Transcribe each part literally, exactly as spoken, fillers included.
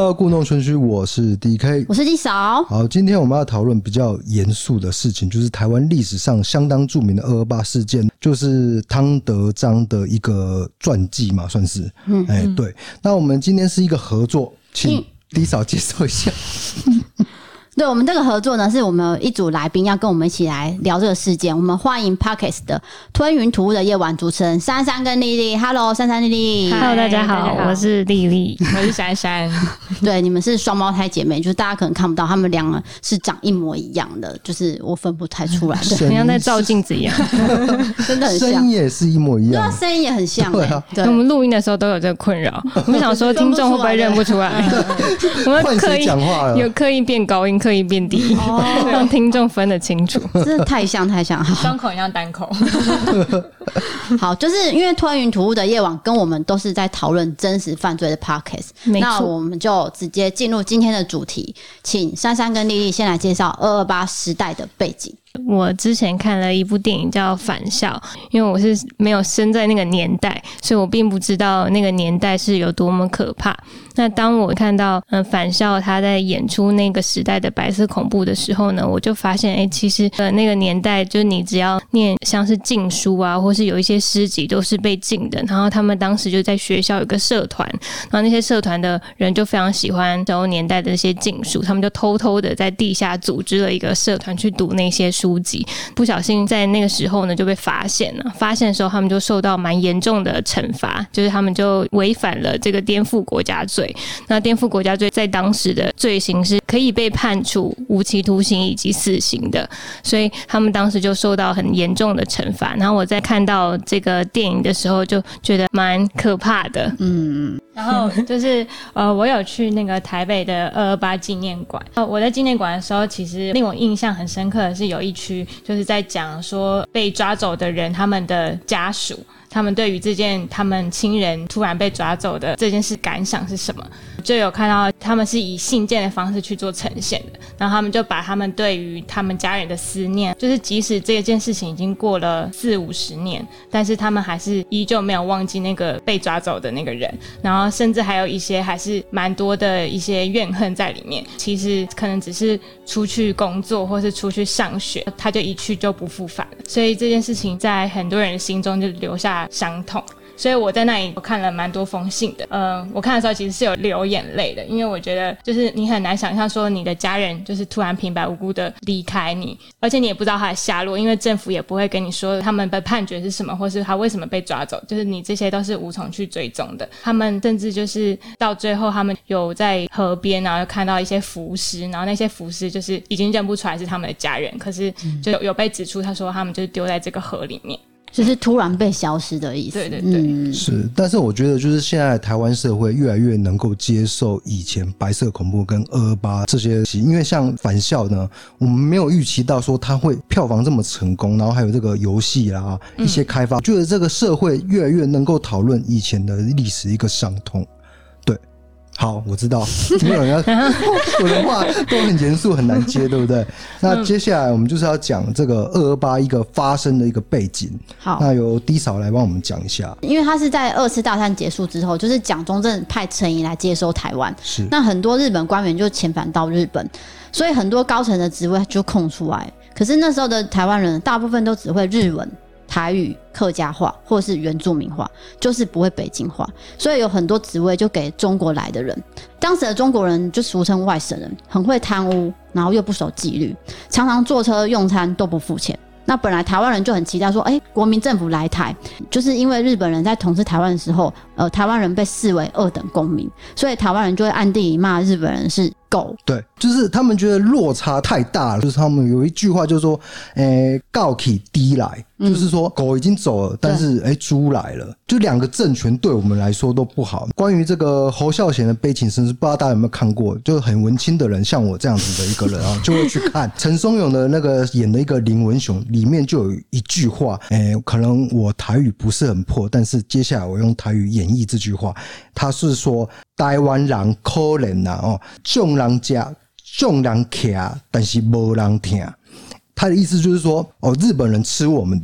到故弄玄虚，我是 D K， 我是纪嫂。 好，今天我们要讨论比较严肃的事情，就是台湾历史上相当著名的二二八事件，就是汤德章的一个传记嘛，算是。嗯，哎、欸，对。那我们今天是一个合作，请 D 嫂介绍一下。 对，我们这个合作呢，是我们有一组来宾要跟我们一起来聊这个事件。我们欢迎 Podcast 的吞云吐雾的夜晚主持人珊珊跟丽丽。Hello， 珊珊丽丽。 Hello， 大家好，我是丽丽， 我是珊珊。 对，你们是双胞胎姐妹，就是大家可能看不到，她们两个是长一模一样的，就是我分不太出来， 很像在照镜子一样， 真的很像。 声音也是一模一样， 对啊，声音也很像、欸。对啊，对， 我们录音的时候都有这个困扰。我们想说，听众会不会认不出来？我们刻意讲话了， 有刻意变高音，刻意变低。哦、让听众分得清楚， 真的太像太像， 双口一样单口。 好，就是因为吞云吐雾的夜晚跟我们都是在讨论真实犯罪的 podcast， 那我们就直接进入今天的主题，请珊珊跟丽丽先来介绍二二八时代的背景。 我之前看了一部电影叫《返校》，因为我是没有生在那个年代，所以我并不知道那个年代是有多么可怕。那当我看到嗯返校他在演出那个时代的白色恐怖的时候呢，我就发现哎、欸，其实呃那个年代就是你只要念像是禁书啊，或是有一些诗集都是被禁的。然后他们当时就在学校有个社团，然后那些社团的人就非常喜欢那年代的那些禁书，他们就偷偷的在地下组织了一个社团去读那些书籍，不小心在那个时候呢就被发现了。发现的时候，他们就受到蛮严重的惩罚，就是他们就违反了这个颠覆国家罪。那颠覆国家罪在当时的罪行是可以被判处无期徒刑以及死刑的，所以他们当时就受到很严重的惩罚。然后我在看到这个电影的时候，就觉得蛮可怕的。 嗯， 然后就是呃，我有去那个台北的二二八纪念馆。我在纪念馆的时候，其实令我印象很深刻的是有一区就是在讲说被抓走的人他们的家属，他们对于这件他们亲人突然被抓走的这件事感想是什么，就有看到他们是以信件的方式去做呈现的。然后他们就把他们对于他们家人的思念，就是即使这件事情已经过了四五十年，但是他们还是依旧没有忘记那个被抓走的那个人，然后甚至还有一些还是蛮多的一些怨恨在里面。其实可能只是出去工作或是出去上学，他就一去就不复返了。所以这件事情在很多人的心中就留下伤痛。所以我在那里我看了蛮多封信的，呃，我看的时候其实是有流眼泪的，因为我觉得就是你很难想象说你的家人就是突然平白无故的离开你，而且你也不知道他的下落，因为政府也不会跟你说他们的判决是什么，或是他为什么被抓走，就是你这些都是无从去追踪的。他们甚至就是到最后他们有在河边然后看到一些浮尸，然后那些浮尸就是已经认不出来是他们的家人，可是就有被指出他说他们就是丢在这个河里面， 就是突然被消失的意思。 对对对、 嗯， 是。但是我觉得就是现在台湾社会越来越能够接受以前白色恐怖跟二二八这些，因为像返校呢，我们没有预期到说它会票房这么成功，然后还有这个游戏啦一些开发、嗯、觉得这个社会越来越能够讨论以前的历史一个伤痛。对，好，我知道没有人要我的话都很严肃很难接，对不对？那接下来我们就是要讲这个二二八一个发生的一个背景。 好， 那由 D 嫂来帮我们讲一下。 因为他是在二次大战结束之后，就是蒋中正派陈仪来接收台湾， 是那很多日本官员就遣返到日本，所以很多高层的职位就空出来。可是那时候的台湾人大部分都只会日文、台语、客家话或是原住民话，就是不会北京话，所以有很多职位就给中国来的人。当时的中国人就俗称外省人，很会贪污，然后又不守纪律，常常坐车用餐都不付钱。那本来台湾人就很期待说，哎、欸，国民政府来台，就是因为日本人在统治台湾的时候，呃，台湾人被视为二等公民，所以台湾人就会暗地里骂日本人是狗。 对，就是他们觉得落差太大了，就是他们有一句话就是说，诶、欸，告起低来，嗯、就是说狗已经走了，但是哎，猪、欸、来了，就两个政权对我们来说都不好。关于这个侯孝贤的悲情身世，不知道大家有没有看过？就很文青的人，像我这样子的一个人啊，就会去看陈松勇的那个演的一个林文雄，里面就有一句话，诶、欸，可能我台语不是很破，但是接下来我用台语演绎这句话，他是说台湾人可怜啊，哦，众人吃，众人骑，但是没人听。他的意思就是说，哦，日本人吃我们的，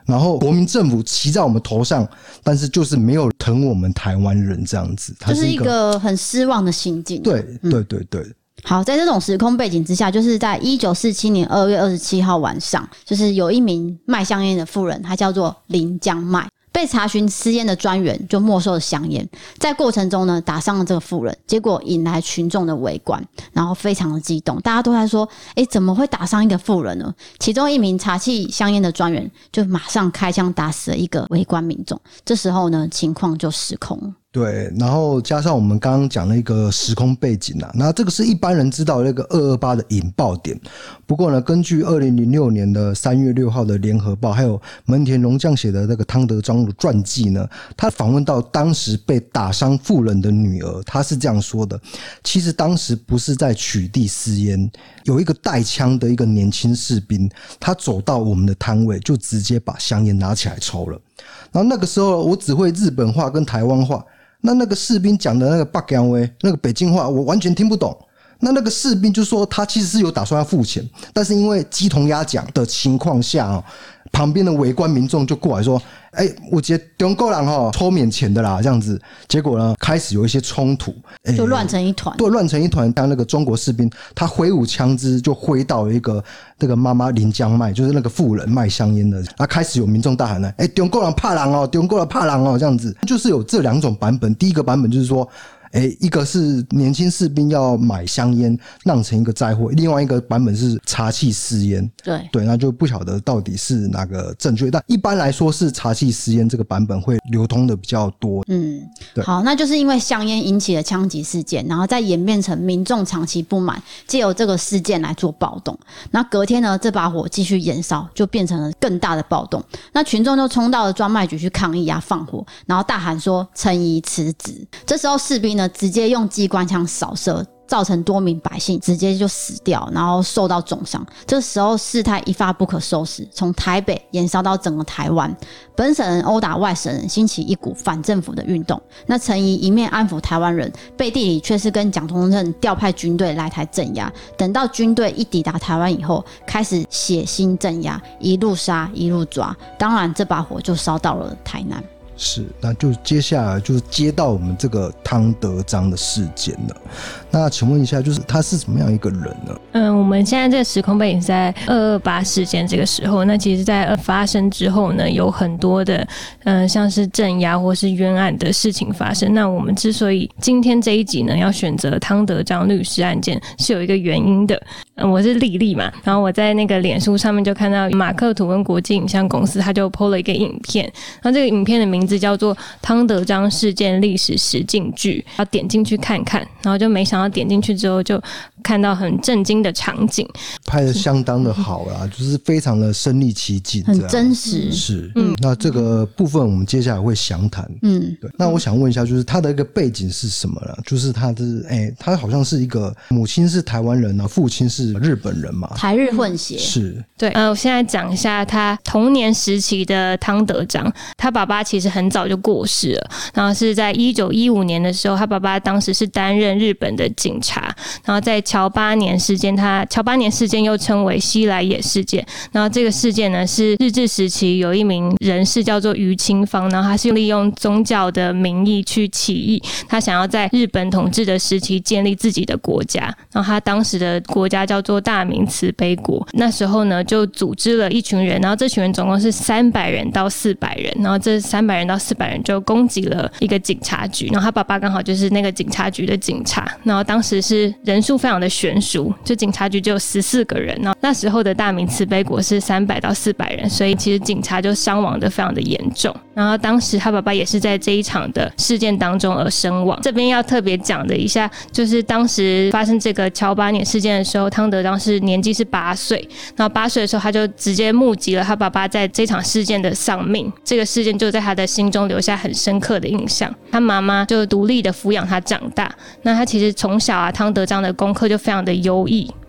然后国民政府骑在我们头上，但是就是没有疼我们台湾人这样子，它就是一个很失望的心境。 对对对对。 好，在这种时空背景之下，就是在一九四七年二月二十七号晚上，就是有一名卖香烟的妇人，她叫做林江麦，被查询私烟的专员就没收了香烟，在过程中呢打伤了这个妇人，结果引来群众的围观，然后非常的激动，大家都在说诶怎么会打伤一个妇人呢？其中一名查缉香烟的专员就马上开枪打死了一个围观民众，这时候呢情况就失控了。 对，然后加上我们刚刚讲了一个时空背景啊，那这个是一般人知道的那个二二八的引爆点。不过呢，根据二零零六年的三月六号的联合报，还有门田荣将写的那个汤德章的传记呢，他访问到当时被打伤妇人的女儿，他是这样说的：其实当时不是在取缔私烟，有一个带枪的一个年轻士兵，他走到我们的摊位，就直接把香烟拿起来抽了。然后那个时候我只会日本话跟台湾话。那那个士兵讲的那个北京话，那个北京话我完全听不懂。那那个士兵就说他其实是有打算要付钱，但是因为鸡同鸭讲的情况下哦，旁边的围观民众就过来说：“哎、欸，我觉得中国人哦抽免钱的啦，这样子。”结果呢，开始有一些冲突， 欸、就乱成一团。 对，乱成一团。像那个中国士兵，他挥舞枪支就挥到一个那个妈妈林江麦，就是那个妇人卖香烟的。啊，开始有民众大喊了：“哎、欸，中国人怕人哦，中国人怕人哦！”这样子，就是有这两种版本。第一个版本就是说。欸、一个是年轻士兵要买香烟酿成一个灾祸，另外一个版本是查缉私烟。 对对，那就不晓得到底是哪个正确，但一般来说是查缉私烟这个版本会流通的比较多。 嗯，对。好，那就是因为香烟引起了枪击事件，然后再演变成民众长期不满，藉由这个事件来做暴动。那隔天呢，这把火继续延烧，就变成了更大的暴动。那群众就冲到了专卖局去抗议啊，放火，然后大喊说陈仪辞职。这时候士兵呢直接用机关枪扫射，造成多名百姓直接就死掉，然后受到重伤。这时候事态一发不可收拾，从台北延烧到整个台湾，本省人殴打外省人，兴起一股反政府的运动。那陈仪一面安抚台湾人，背地里却是跟蒋中正调派军队来台镇压。等到军队一抵达台湾以后，开始血腥镇压，一路杀一路抓。当然这把火就烧到了台南。 是，那就接下来就是接到我们这个汤德章的事件了。那请问一下，就是他是怎么样一个人呢？ 嗯，我们现在这个时空背景是在二二八事件这个时候，那其实在发生之后呢，有很多的嗯，像是镇压或是冤案的事情发生。那我们之所以今天这一集呢要选择汤德章律师案件，是有一个原因的。嗯，我是丽丽嘛，然后我在那个脸书上面就看到马克吐温国际影像公司，他就 po 了一个影片，然后这个影片的名字叫做汤德章事件历史实境剧，要点进去看看，然后就没想到点进去之后就看到很震惊的场景， 拍得相当的好啦，就是非常的身临其境， 很真实。 是，嗯，那这个部分我们接下来会详谈。嗯，对。那我想问一下，就是他的一个背景是什么呢？就是他的，哎、欸，他好像是一个母亲是台湾人啊，父亲是日本人嘛， 台日混血。 是， 对。呃，我现在讲一下他童年时期的汤德章，他爸爸其实很早就过世了，然后是在一九一五年的时候，他爸爸当时是担任日本的警察，然后在乔八年事件，他乔八年事件又称为西来野事件，然后这个事件呢是日治时期有一名人士叫做于清芳，然后他是利用宗教的名义去起义，他想要在日本统治的时期建立自己的国家，然后他当时的国家叫做大明慈悲国，那时候呢就组织了一群人，然后这群人总共是三百人到四百人，然后这三百人到四百人就攻击了一个警察局，然后他爸爸刚好就是那个警察局的警察，然后当时是人数非常的悬殊，就警察局只有十四个人，然后那时候的大明慈悲国是三百到四百人，所以其实警察就伤亡的非常的严重，然后当时他爸爸也是在这一场的事件当中而身亡。这边要特别讲的一下，就是当时发生这个乔八年事件的时候，汤德章是年纪是八岁，然后八岁的时候他就直接目击了他爸爸在这场事件的丧命，这个事件就在他的心中留下很深刻的印象。他妈妈就独立的抚养他长大，那他其实从小啊，汤德章的功课就非常的优异，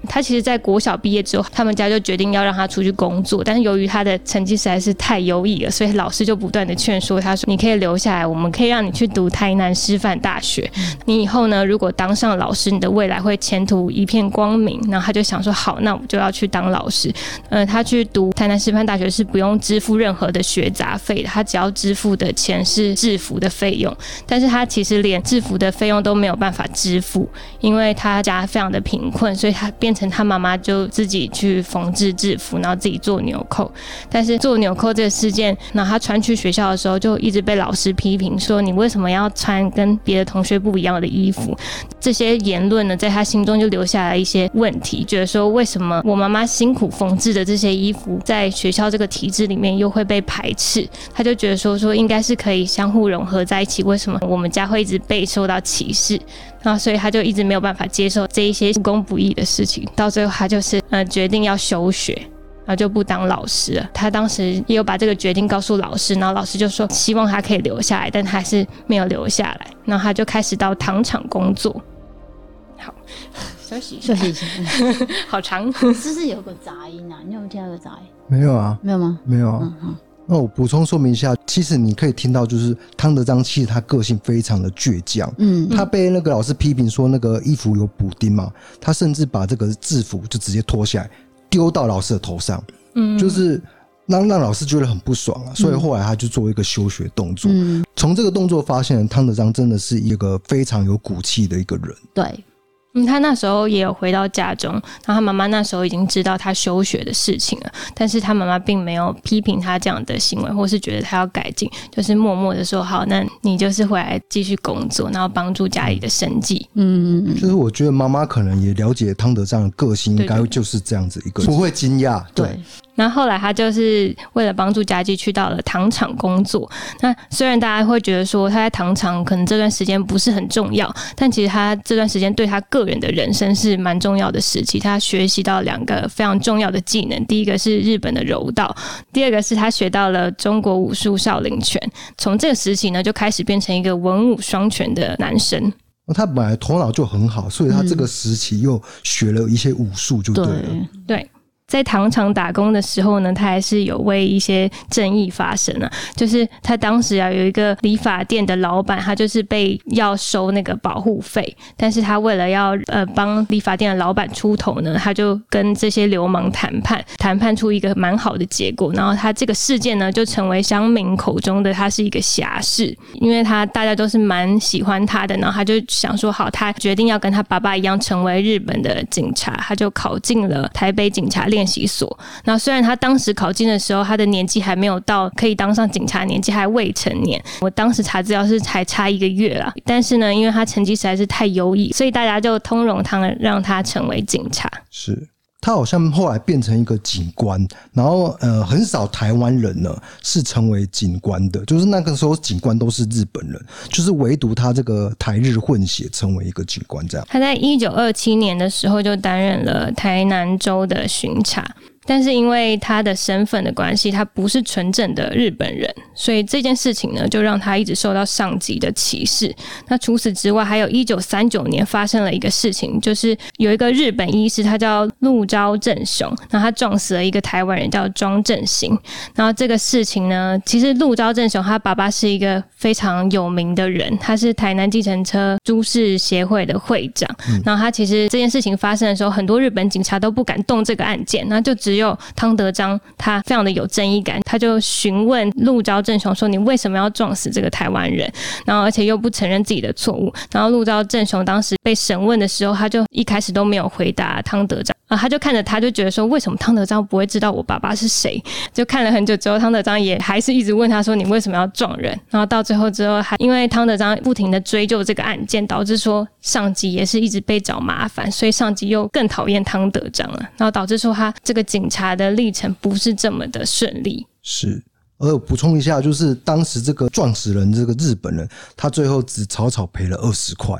他其实在国小毕业之后，他们家就决定要让他出去工作，但是由于他的成绩实在是太优异了，所以老师就不断的劝说他说，你可以留下来，我们可以让你去读台南师范大学，你以后呢如果当上老师，你的未来会前途一片光明。然后他就想说好，那我就要去当老师。呃，他去读台南师范大学是不用支付任何的学杂费的，他只要支付的钱是制服的费用，但是他其实连制服的费用都没有办法支付，因为他家非常的贫困，所以他变成他妈妈就自己去缝制制服，然后自己做纽扣。但是做纽扣这个事件，然后他穿去学校的时候就一直被老师批评说，你为什么要穿跟别的同学不一样的衣服。这些言论呢在他心中就留下来一些问题，觉得说为什么我妈妈辛苦缝制的这些衣服在学校这个体制里面又会被排斥。他就觉得说说应该是可以相互融合在一起，为什么我们家会一直被受到歧视。然后所以他就一直没有办法接受这一些不公不义的事情，到最后他就是呃决定要休学，然后就不当老师了。他当时也有把这个决定告诉老师，然后老师就说希望他可以留下来，但他还是没有留下来。然后他就开始到糖厂工作。好，休息休息一下。 好长。 是不是有个杂音啊？你有没有听到个杂音？ 没有啊。 没有吗？ 没有啊。嗯嗯。那我补充说明一下，其实你可以听到，就是汤德章其实他个性非常的倔强。嗯，他被那个老师批评说那个衣服有补丁嘛，他甚至把这个制服就直接脱下来丢到老师的头上，嗯，就是让让老师觉得很不爽啊，所以后来他就做一个休学动作。嗯，从这个动作发现，汤德章真的是一个非常有骨气的一个人。 对。 嗯，他那时候也有回到家中，然后他妈妈那时候已经知道他休学的事情了，但是他妈妈并没有批评他这样的行为，或是觉得他要改进，就是默默的说好，那你就是回来继续工作，然后帮助家里的生计。 嗯嗯，就是我觉得妈妈可能也了解汤德章的个性，应该就是这样子一个，不会惊讶。对。对， 然后后来他就是为了帮助家计去到了糖厂工作。那虽然大家会觉得说他在糖厂可能这段时间不是很重要，但其实他这段时间对他个人的人生是蛮重要的时期。他学习到两个非常重要的技能，第一个是日本的柔道，第二个是他学到了中国武术少林拳。从这个时期呢，就开始变成一个文武双全的男生。 他本来头脑就很好，所以他这个时期又学了一些武术就对了。 嗯、对。对，在糖厂打工的时候呢，他还是有为一些正义发声啊。就是他当时啊有一个理发店的老板，他就是被要收那个保护费，但是他为了要呃帮理发店的老板出头呢，他就跟这些流氓谈判，谈判出一个蛮好的结果。然后他这个事件呢，就成为乡民口中的他是一个侠士，因为他大家都是蛮喜欢他的。然后他就想说，好，他决定要跟他爸爸一样成为日本的警察，他就考进了台北警察练习所。那虽然他当时考进的时候，他的年纪还没有到可以当上警察，年纪还未成年。我当时查资料是才差一个月啦，但是呢，因为他成绩实在是太优异，所以大家就通融他，让他成为警察。 是。他好像后来变成一个警官，然后呃，很少台湾人呢是成为警官的，就是那个时候警官都是日本人，就是唯独他这个台日混血成为一个警官这样。 他在一九二七年的时候就担任了台南州的巡查。但是因为他的身份的关系，他不是纯正的日本人，所以这件事情呢，就让他一直受到上级的歧视。那除此之外，还有一九三九年发生了一个事情，就是有一个日本医师，他叫陆昭正雄，然后他撞死了一个台湾人叫庄正兴。然后这个事情呢，其实陆昭正雄他爸爸是一个非常有名的人，他是台南计程车株式协会的会长。嗯、然后他其实这件事情发生的时候，很多日本警察都不敢动这个案件，那就只只有汤德章他非常的有正义感，他就询问陆昭正雄说，你为什么要撞死这个台湾人，然后而且又不承认自己的错误。然后陆昭正雄当时被审问的时候，他就一开始都没有回答汤德章啊，他就看着他就觉得说，为什么汤德章不会知道我爸爸是谁？就看了很久之后，汤德章也还是一直问他说，你为什么要撞人？然后到最后之后，还因为汤德章不停的追究这个案件，导致说上级也是一直被找麻烦，所以上级又更讨厌汤德章了，然后导致说他这个警察的历程不是这么的顺利。 是。而我补充一下，就是当时这个撞死人这个日本人，他最后只草草赔了二十块。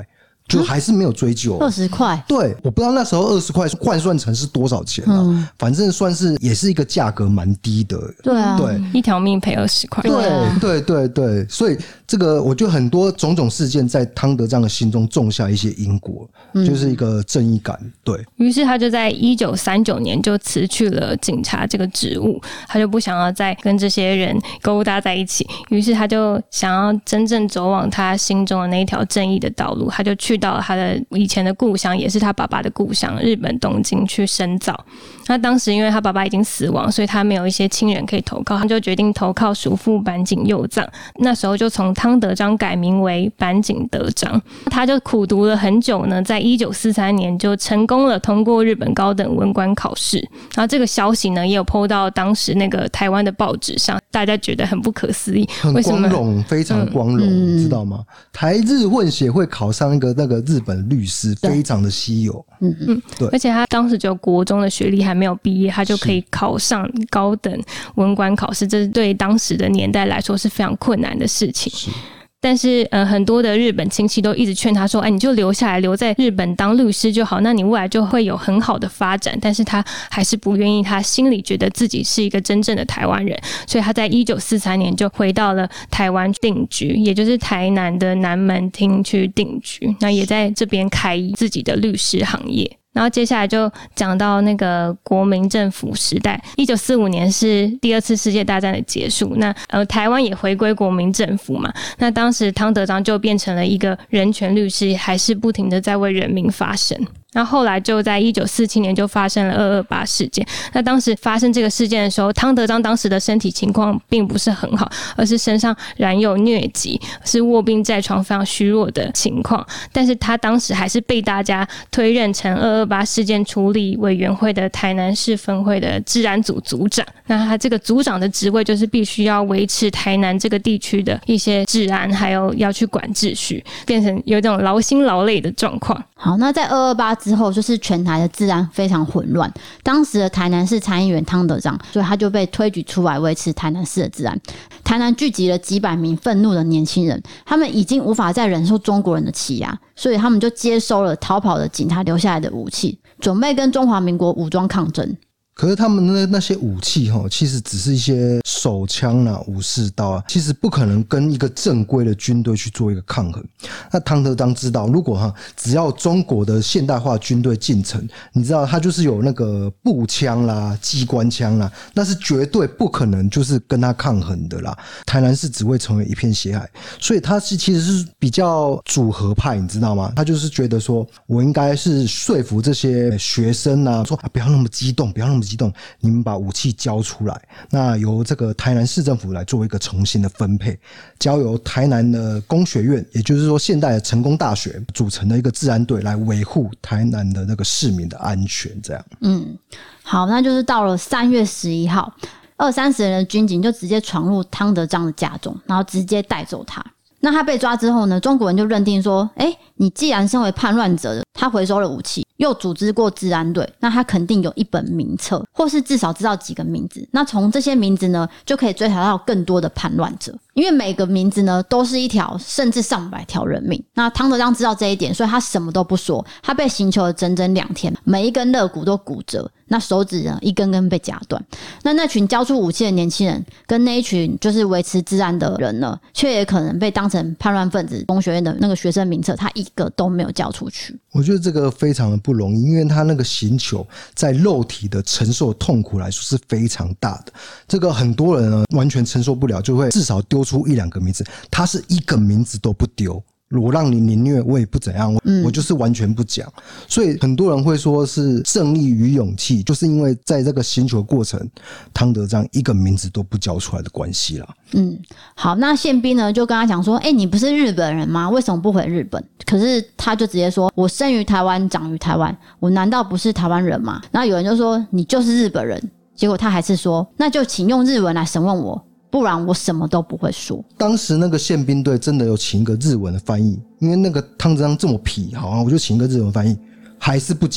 就还是没有追究。 二十块， 对，我不知道那时候二十块换算成是多少钱啊、嗯、反正算是也是一个价格蛮低的。 对啊， 对， 一条命赔二十块。 对对对对，所以这个我觉得很多种种事件在汤德章的心中种下一些因果，嗯、就是一个正义感。对， 于是他就在一九三九年就辞去了警察这个职务，他就不想要再跟这些人勾搭在一起，于是他就想要真正走往他心中的那一条正义的道路，他就去到他的以前的故乡，也是他爸爸的故乡日本东京去深造。那当时因为他爸爸已经死亡，所以他没有一些亲人可以投靠，他就决定投靠叔父坂井右藏。那时候就从汤德章改名为坂井德章。他就苦读了很久呢，在一九四三年就成功了通过日本高等文官考试。然后这个消息呢也有 po 到当时那个台湾的报纸上，大家觉得很不可思议， 很光荣，非常光荣、嗯、你知道吗？台日混血会考上一个那个日本律师非常的稀有。 嗯嗯，对，而且他当时只有国中的学历，还没有毕业，他就可以考上高等文官考试，这是对当时的年代来说是非常困难的事情。是，但是呃，很多的日本亲戚都一直劝他说：“哎，你就留下来，留在日本当律师就好，那你未来就会有很好的发展。”但是他还是不愿意，他心里觉得自己是一个真正的台湾人，所以他在一九四三年就回到了台湾定居，也就是台南的南门町去定居，那也在这边开自己的律师行业。然后接下来就讲到那个国民政府时代，一九四五年是第二次世界大战的结束，那呃台湾也回归国民政府嘛，那当时汤德章就变成了一个人权律师，还是不停的在为人民发声。然后后来就在一九四七年就发生了二二八事件。那当时发生这个事件的时候，汤德章当时的身体情况并不是很好，而是身上染有疟疾，是卧病在床非常虚弱的情况。但是他当时还是被大家推认成二二八事件处理委员会的台南市分会的治安组组长。那他这个组长的职位就是必须要维持台南这个地区的一些治安，还有要去管秩序，变成有一种劳心劳累的状况。 好，那在二二八之后，就是全台的治安非常混乱。当时的台南市参议员汤德章，所以他就被推举出来维持台南市的治安。台南聚集了几百名愤怒的年轻人，他们已经无法再忍受中国人的欺压，所以他们就接收了逃跑的警察留下来的武器，准备跟中华民国武装抗争。 可是他们的那些武器其实只是一些手枪啊、武士刀啊，其实不可能跟一个正规的军队去做一个抗衡。那汤德章知道，如果哈只要中国的现代化军队进城，你知道他就是有那个步枪啦、机关枪啦，那是绝对不可能就是跟他抗衡的啦。台南市只会成为一片血海，所以他是其实是比较主和派，你知道吗？他就是觉得说，我应该是说服这些学生啊，说啊不要那么激动，不要那么激动，你们把武器交出来，那由这个台南市政府来做一个重新的分配，交由台南的工学院，也就是说现代的成功大学组成的一个治安队来维护台南的那个市民的安全。这样， 嗯，好，那就是到了三月十一号，二三十人的军警就直接闯入汤德章的家中，然后直接带走他。那他被抓之后呢，中国人就认定说，哎，你既然身为叛乱者，他回收了武器，又组织过治安队，那他肯定有一本名册，或是至少知道几个名字。那从这些名字呢，就可以追查到更多的叛乱者，因为每个名字呢都是一条甚至上百条人命。那汤德章知道这一点，所以他什么都不说，他被刑求了整整两天，每一根肋骨都骨折，那手指呢一根根被夹断。那那群交出武器的年轻人跟那一群就是维持治安的人呢，却也可能被当成叛乱分子。工学院的那个学生名册他一个都没有交出去。 我觉得这个非常的不容易，因为他那个刑求在肉体的承受痛苦来说是非常大的，这个很多人呢完全承受不了，就会至少丢出一两个名字，他是一个名字都不丢，我让你凌虐我也不怎样， 我,、嗯、我就是完全不讲。所以很多人会说是正义与勇气，就是因为在这个刑求过程汤德章一个名字都不交出来的关系啦。 嗯，好，那宪兵呢就跟他讲说，哎、欸，你不是日本人吗？为什么不回日本？可是他就直接说，我生于台湾，长于台湾，我难道不是台湾人吗？然后有人就说，你就是日本人。结果他还是说，那就请用日文来审问我，不然我什么都不会说。 当时那个宪兵队真的有请一个日文的翻译，因为那个汤德章这么皮，好，我就请一个日文翻译，还是不讲。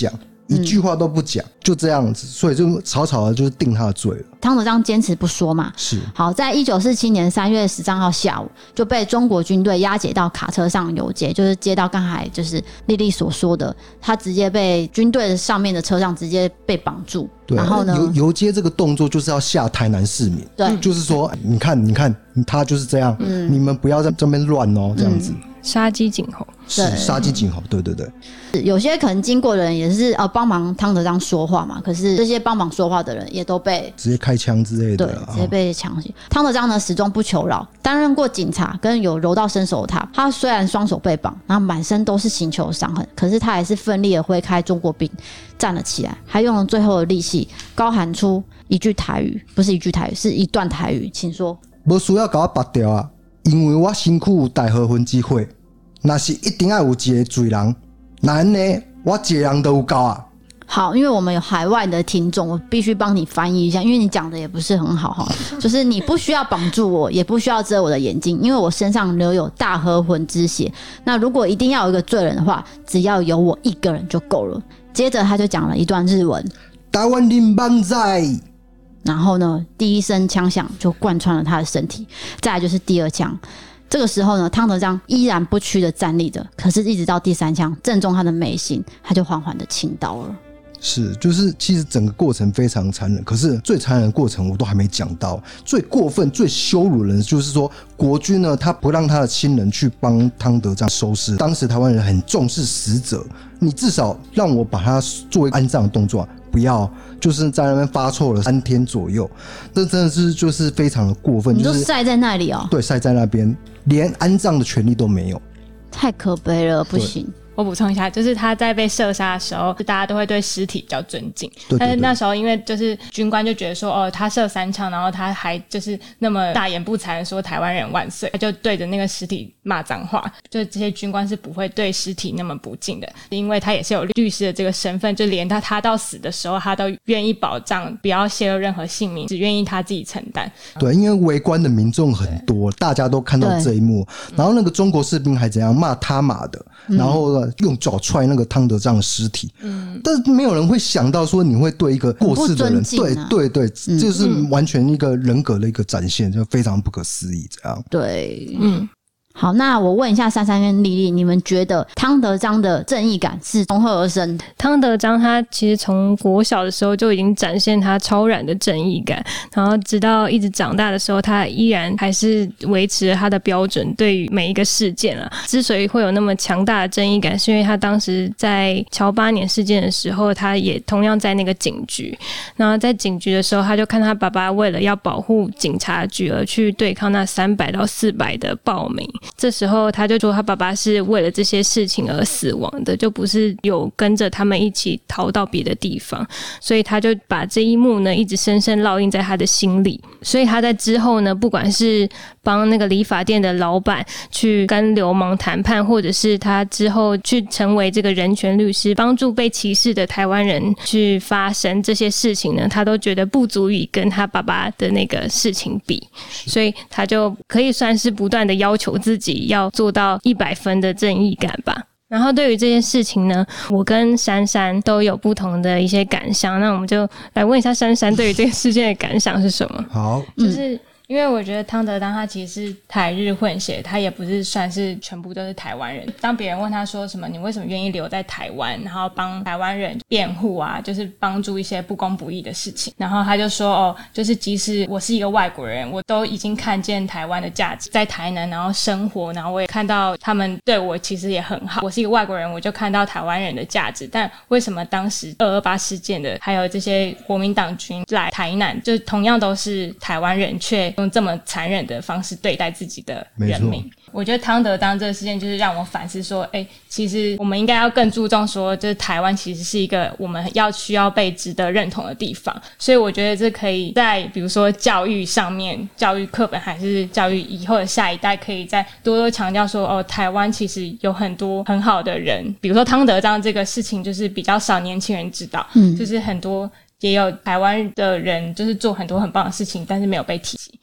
一句话都不讲，就这样子，所以就草草的就是定他的罪了。 汤德章坚持不说嘛， 是好，在一九四七年三月十三号下午，就被中国军队押解到卡车上游街，就是接到刚才就是丽丽所说的，他直接被军队上面的车上直接被绑住。 对， 然后呢， 游游街这个动作就是要吓台南市民， 对， 就是说，你看，你看，他就是这样，嗯、你们不要在这边乱哦，这样子。 嗯杀鸡儆猴， 是杀鸡儆猴，对对对。 有些可能经过的人也是呃帮忙汤德章说话嘛，可是这些帮忙说话的人也都被直接开枪之类的， 对，直接被强行。汤德章呢始终不求饶，担任过警察跟有柔道身手的他，他虽然双手被绑，然后满身都是刑求伤痕，可是他还是奋力的挥开中国兵，站了起来，还用了最后的力气，高喊出一句台语，不是一句台语，是一段台语，请说。 无需要把我拔掉啊，因为我身躯有大和分之火。那是一定要有一个罪人，那呢，我一个人都有够啊。 好，因为我们有海外的听众，我必须帮你翻译一下，因为你讲的也不是很好哈。就是你不需要绑住我，也不需要遮我的眼睛，因为我身上留有大和魂之血。那如果一定要有一个罪人的话，只要有我一个人就够了。接着他就讲了一段日文， 台湾人万歳。 然后呢，第一声枪响就贯穿了他的身体，再来就是第二枪。这个时候呢，汤德章依然不屈的站立着，可是一直到第三枪正中他的眉心，他就缓缓的倾倒了。 是，就是其实整个过程非常残忍，可是最残忍的过程我都还没讲到。最过分、最羞辱人的就是说，国军呢，他不让他的亲人去帮汤德章收尸。当时台湾人很重视死者，你至少让我把他做一个安葬的动作，不要就是在那边发臭了三天左右。这真的是就是非常的过分， 你就就是晒在那里哦， 对，晒在那边，连安葬的权利都没有， 太可悲了，不行。 我补充一下，就是他在被射杀的时候，大家都会对尸体比较尊敬。 对对对， 但是那时候因为就是军官就觉得说，哦，他射三枪，然后他还就是那么大言不惭说台湾人万岁，他就对着那个尸体骂脏话。就这些军官是不会对尸体那么不敬的，因为他也是有律师的这个身份，就连他他到死的时候，他都愿意保障不要泄露任何姓名，只愿意他自己承担。 对，因为围观的民众很多，大家都看到这一幕，然后那个中国士兵还怎样骂他妈的，然后用脚踹那个汤德章的尸体，嗯，但是没有人会想到说你会对一个过世的人，对对对，嗯、就是完全一个人格的一个展现，就非常不可思议，这样。 对，嗯。好，那我问一下珊珊跟丽丽，你们觉得汤德章的正义感是从何而生？ 汤德章他其实从国小的时候就已经展现他超然的正义感，然后直到一直长大的时候，他依然还是维持了他的标准，对于每一个事件啊，之所以会有那么强大的正义感，是因为他当时在乔八年事件的时候，他也同样在那个警局，然后在警局的时候，他就看他爸爸为了要保护警察局而去对抗那三百到四百的暴民。这时候他就说他爸爸是为了这些事情而死亡的，就不是有跟着他们一起逃到别的地方，所以他就把这一幕呢一直深深烙印在他的心里。所以他在之后呢，不管是帮那个理发店的老板去跟流氓谈判，或者是他之后去成为这个人权律师，帮助被歧视的台湾人去发声，这些事情呢他都觉得不足以跟他爸爸的那个事情比，所以他就可以算是不断的要求自己要做到一百分的正义感吧。然后对于这件事情呢，我跟珊珊都有不同的一些感想，那我们就来问一下珊珊对于这个事件的感想是什么？ 好， 就是因为我觉得汤德章他其实是台日混血，他也不是算是全部都是台湾人。当别人问他说什么你为什么愿意留在台湾，然后帮台湾人辩护啊，就是帮助一些不公不义的事情，然后他就说哦，就是即使我是一个外国人，我都已经看见台湾的价值，在台南然后生活，然后我也看到他们对我其实也很好，我是一个外国人，我就看到台湾人的价值。但为什么当时二二八事件的还有这些国民党军来台南，就同样都是台湾人，却用这么残忍的方式对待自己的人民？我觉得汤德章这个事件就是让我反思说，哎，其实我们应该要更注重说，就是台湾其实是一个我们要需要被值得认同的地方。所以我觉得这可以在比如说教育上面，教育课本还是教育以后的下一代，可以再多多强调说，哦，台湾其实有很多很好的人，比如说汤德章这个事情就是比较少年轻人知道，嗯，就是很多也有台湾的人就是做很多很棒的事情，但是没有被提及。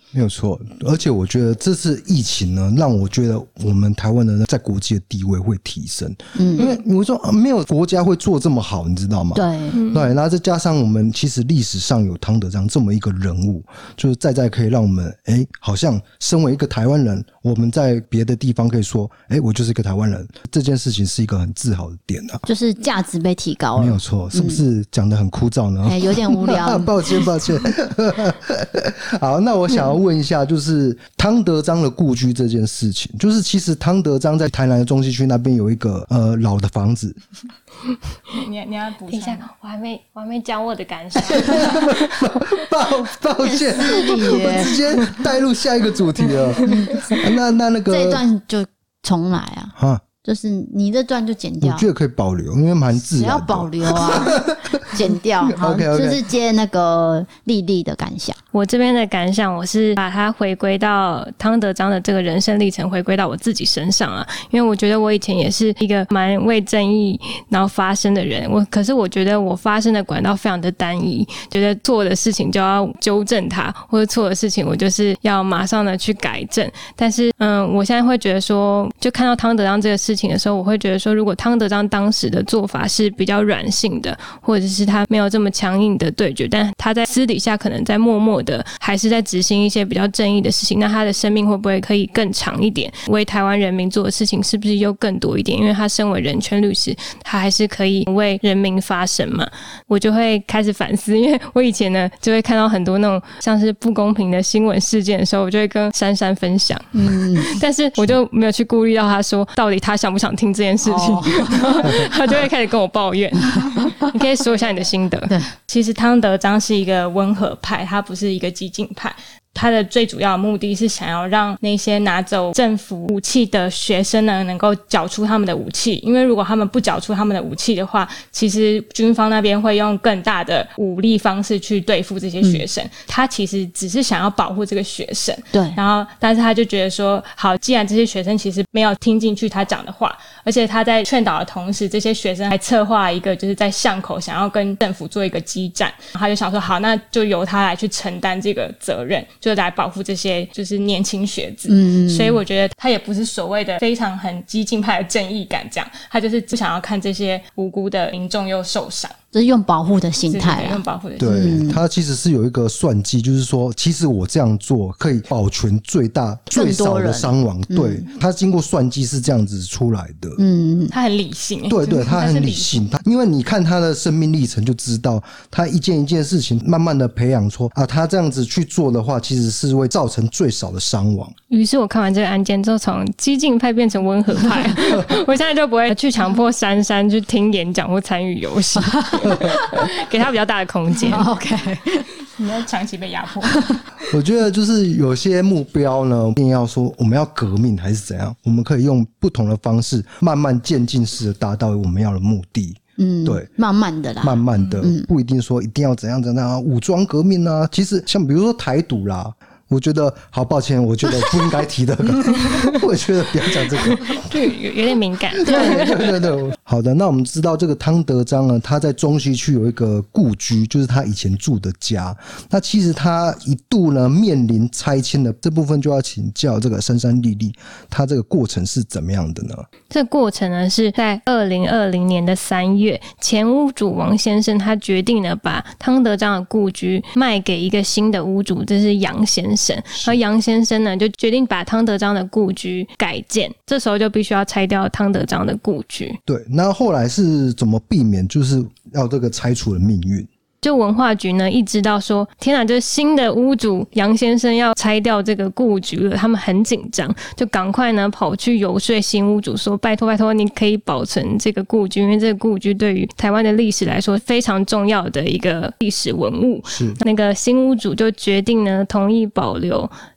没有错，而且我觉得这次疫情呢，让我觉得我们台湾人在国际的地位会提升。嗯，因为你会说、啊、没有国家会做这么好，你知道吗？ 对， 对，那再加上我们其实历史上有汤德章这么一个人物，就是在在可以让我们哎，好像身为一个台湾人，我们在别的地方可以说，哎，我就是一个台湾人，这件事情是一个很自豪的点啊， 就是价值被提高了， 没有错，是不是讲得很枯燥呢？ 哎、有点无聊， 抱歉抱歉。好，那我想要问一下，就是汤德章的故居这件事情，就是其实汤德章在台南的中西区那边有一个呃老的房子。 你你要补等一下，我还没我还没讲我的感想。 抱抱歉，我直接带入下一个主题了。那那那个这一段就重来啊。 啊， 就是你这段就剪掉， 我觉得可以保留，因为蛮自然的。 只要保留啊，剪掉。好， okay, okay. 就是接那个丽丽的感想。 我这边的感想，我是把它回归到汤德章的这个人生历程，回归到我自己身上啊。因为我觉得我以前也是一个蛮为正义然后发声的人，我可是我觉得我发声的管道非常的单一，觉得错的事情就要纠正它，或者错的事情我就是要马上的去改正。但是，嗯，我现在会觉得说，就看到汤德章这个事情的时候，我会觉得说，如果汤德章当时的做法是比较软性的，或者是他没有这么强硬的对决，但他在私底下可能在默默的还是在执行一些比较正义的事情，那他的生命会不会可以更长一点？为台湾人民做的事情是不是又更多一点？因为他身为人权律师，他还是可以为人民发声嘛。我就会开始反思，因为我以前呢就会看到很多那种像是不公平的新闻事件的时候，我就会跟珊珊分享，嗯，但是我就没有去顾虑到他说到底他想不想听这件事情，哦、他就会开始跟我抱怨。你可以说一下你的心得。 对， 其实汤德章是一个温和派，他不是一个激进派。他的最主要的目的是想要让那些拿走政府武器的学生呢，能够缴出他们的武器。因为如果他们不缴出他们的武器的话，其实军方那边会用更大的武力方式去对付这些学生。嗯、他其实只是想要保护这个学生。 对。 然后，但是他就觉得说，好，既然这些学生其实没有听进去他讲的话，而且他在劝导的同时，这些学生还策划一个就是在巷口想要跟政府做一个激战。他就想说，好，那就由他来去承担这个责任。就来保护这些就是年轻学子，嗯，所以我觉得他也不是所谓的非常很激进派的正义感，这样他就是不想要看这些无辜的民众又受伤， 就是用保护的心态啊， 用保护的心态。对，他其实是有一个算计，就是说，其实我这样做可以保全最大最少的伤亡。对，他经过算计是这样子出来的。 嗯，他很理性。 对对，他很理性。他因为你看他的生命历程就知道，他一件一件事情慢慢的培养出啊，他这样子去做的话，其实是会造成最少的伤亡。 于是我看完这个案件之后，从激进派变成温和派，我现在就不会去强迫珊珊去听演讲或参与游戏，给他比较大的空间。 OK， 你要长期被压迫。 我觉得就是有些目标呢，一定要说我们要革命还是怎样，我们可以用不同的方式，慢慢渐进式的达到我们要的目的。 嗯， 对， 慢慢的啦， 慢慢的，嗯、不一定说一定要怎样怎样啊，武装革命啊。其实像比如说台独啦，我觉得好抱歉，我觉得不应该提这个，我觉得不要讲这个， 就有有点敏感。 对对对对，好的，那我们知道这个汤德章呢，他在中西区有一个故居，就是他以前住的家。那其实他一度呢面临拆迁的这部分，就要请教这个珊珊丽丽，他这个过程是怎么样的呢？ 这个过程呢是在二零二零年的三月，前屋主王先生他决定呢把汤德章的故居卖给一个新的屋主，这是杨先生。而杨先生呢就决定把汤德章的故居改建，这时候就必须要拆掉汤德章的故居。 对，那后来是怎么避免就是要这个拆除的命运？ 就文化局呢一知道说天哪，这新的屋主杨先生要拆掉这个故居了，他们很紧张，就赶快呢跑去游说新屋主说拜托拜托你可以保存这个故居，因为这个故居对于台湾的历史来说非常重要的一个历史文物。 是那个新屋主就决定呢同意保留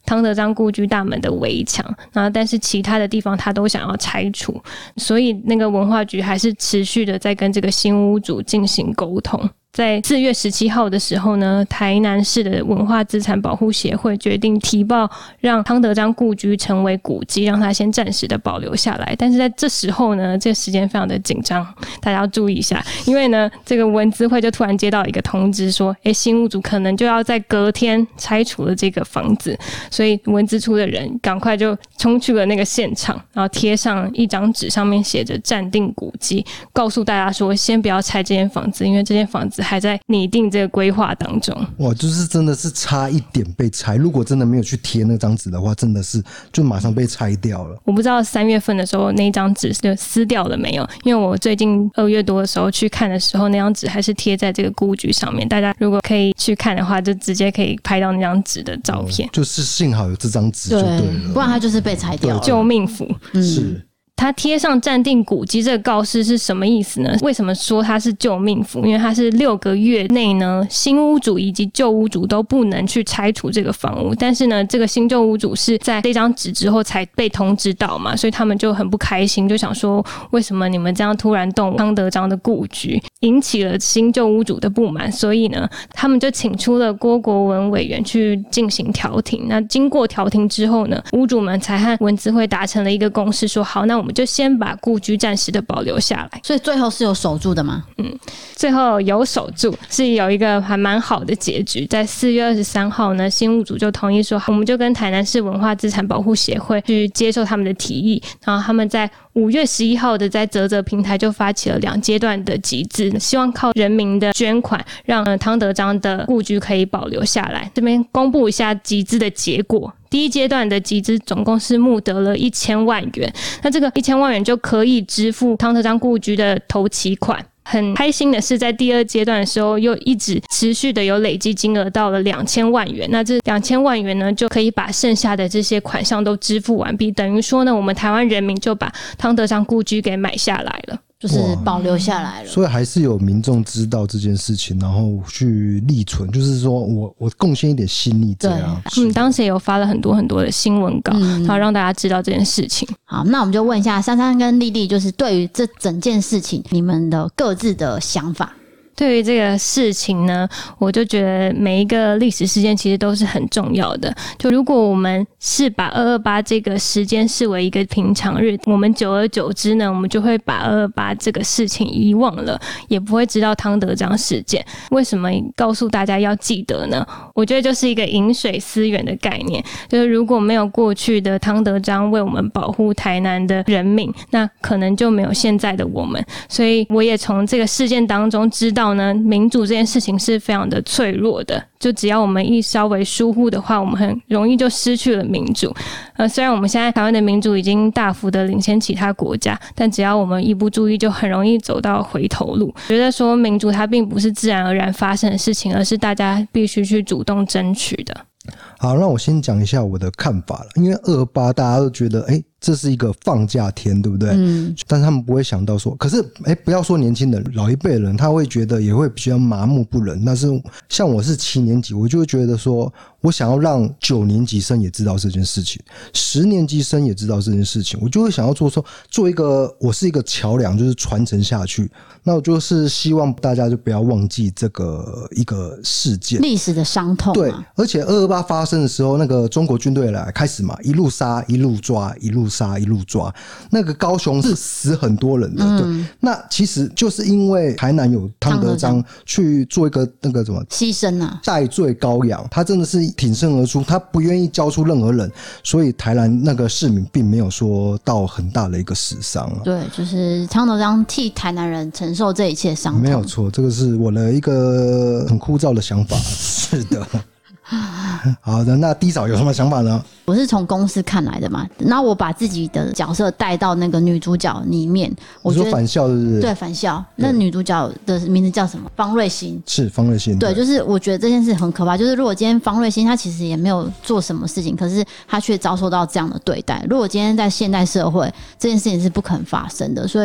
汤德章故居大门的围墙，然后但是其他的地方他都想要拆除，所以那个文化局还是持续的在跟这个新屋主进行沟通。在四月十七号的时候呢，台南市的文化资产保护协会决定提报让汤德章故居成为古迹，让它先暂时的保留下来。但是在这时候呢，这个时间非常的紧张，大家要注意一下，因为呢，这个文资会就突然接到一个通知说，诶，新屋主可能就要在隔天拆除了这个房子，所以文资处的人赶快就冲去了那个现场，然后贴上一张纸，上面写着暂定古迹，告诉大家说，先不要拆这间房子，因为这间房子还在拟定这个规划当中。 哇，就是真的是差一点被拆，如果真的没有去贴那张纸的话，真的是就马上被拆掉了。 我不知道三月份的时候那张纸就撕掉了没有，因为我最近二月多的时候去看的时候，那张纸还是贴在这个故居上面，大家如果可以去看的话，就直接可以拍到那张纸的照片、 哦、就是幸好有这张纸就对了， 对，不然它就是被拆掉了， 救命符、 嗯、 是。 他贴上暂定古迹这个告示是什么意思呢？为什么说它是救命符？因为它是六个月内呢，新屋主以及旧屋主都不能去拆除这个房屋。但是呢，这个新旧屋主是在这张纸之后才被通知到嘛，所以他们就很不开心，就想说为什么你们这样突然动汤德章的故居，引起了新旧屋主的不满。所以呢，他们就请出了郭国文委员去进行调停。那经过调停之后呢，屋主们才和文资会达成了一个共识，说好，那我们就先把故居暂时的保留下来。 所以最后是有守住的吗？ 嗯，最后有守住，是有一个还蛮好的结局。在四月二十三号呢，新屋主就同意说，我们就跟台南市文化资产保护协会去接受他们的提议，然后他们在五月十一号的在嘖嘖平台就发起了两阶段的集资，希望靠人民的捐款让、呃、汤德章的故居可以保留下来。这边公布一下集资的结果。第一阶段的集资总共是募得了一千万元，那这个一千万元就可以支付汤德章故居的头期款。很开心的是，在第二阶段的时候，又一直持续的有累积金额到了两千万元。那这两千万元呢，就可以把剩下的这些款项都支付完毕。等于说呢，我们台湾人民就把汤德章故居给买下来了。 就是保留下来了， 所以还是有民众知道这件事情，然后去立存，就是说我我贡献一点心力这样。 嗯，当时也有发了很多很多的新闻稿，嗯、然后让大家知道这件事情。 好，那我们就问一下珊珊跟丽丽，就是对于这整件事情，你们的各自的想法。 对于这个事情呢，我就觉得每一个历史事件其实都是很重要的。就如果我们是把二二八这个时间视为一个平常日，我们久而久之呢，我们就会把二二八这个事情遗忘了，也不会知道汤德章事件。为什么告诉大家要记得呢？我觉得就是一个饮水思源的概念，就是如果没有过去的汤德章为我们保护台南的人民，那可能就没有现在的我们。所以我也从这个事件当中知道呢，民主这件事情是非常的脆弱的，就只要我们一稍微疏忽的话，我们很容易就失去了民主。呃，虽然我们现在台湾的民主已经大幅的领先其他国家，但只要我们一不注意，就很容易走到回头路。觉得说民主它并不是自然而然发生的事情，而是大家必须去主动争取的。 好，那我先讲一下我的看法了。因为二二八大家都觉得，哎、欸，这是一个放假天，对不对？嗯。但是他们不会想到说，可是，哎、欸，不要说年轻人，老一辈的人他会觉得也会比较麻木不仁。但是像我是七年级，我就会觉得说，我想要让九年级生也知道这件事情，十年级生也知道这件事情，我就会想要做说做一个，我是一个桥梁，就是传承下去。那我就是希望大家就不要忘记这个一个事件， 历史的伤痛。 对，而且二二八发生的时候，那个中国军队来开始嘛，一路杀，一路抓，一路杀，一路抓。那个高雄是死很多人的，嗯、对。那其实就是因为台南有汤德章去做一个那个什么牺牲啊， 代罪羔羊，他真的是挺身而出，他不愿意交出任何人，所以台南那个市民并没有说到很大的一个死伤、啊。 对，就是汤德章替台南人承受这一切伤痛， 没有错，这个是我的一个很枯燥的想法。是的。好的，那D嫂有什么想法呢？ 我是从公司看来的嘛，然后我把自己的角色带到那个女主角里面。我觉得你说返校是不是？ 对，返校。那女主角的名字叫什么？方瑞欣。 是方瑞欣。 对，就是我觉得这件事很可怕。就是如果今天方瑞欣她其实也没有做什么事情，可是她却遭受到这样的对待。如果今天在现代社会，这件事情是不可能发生的。所以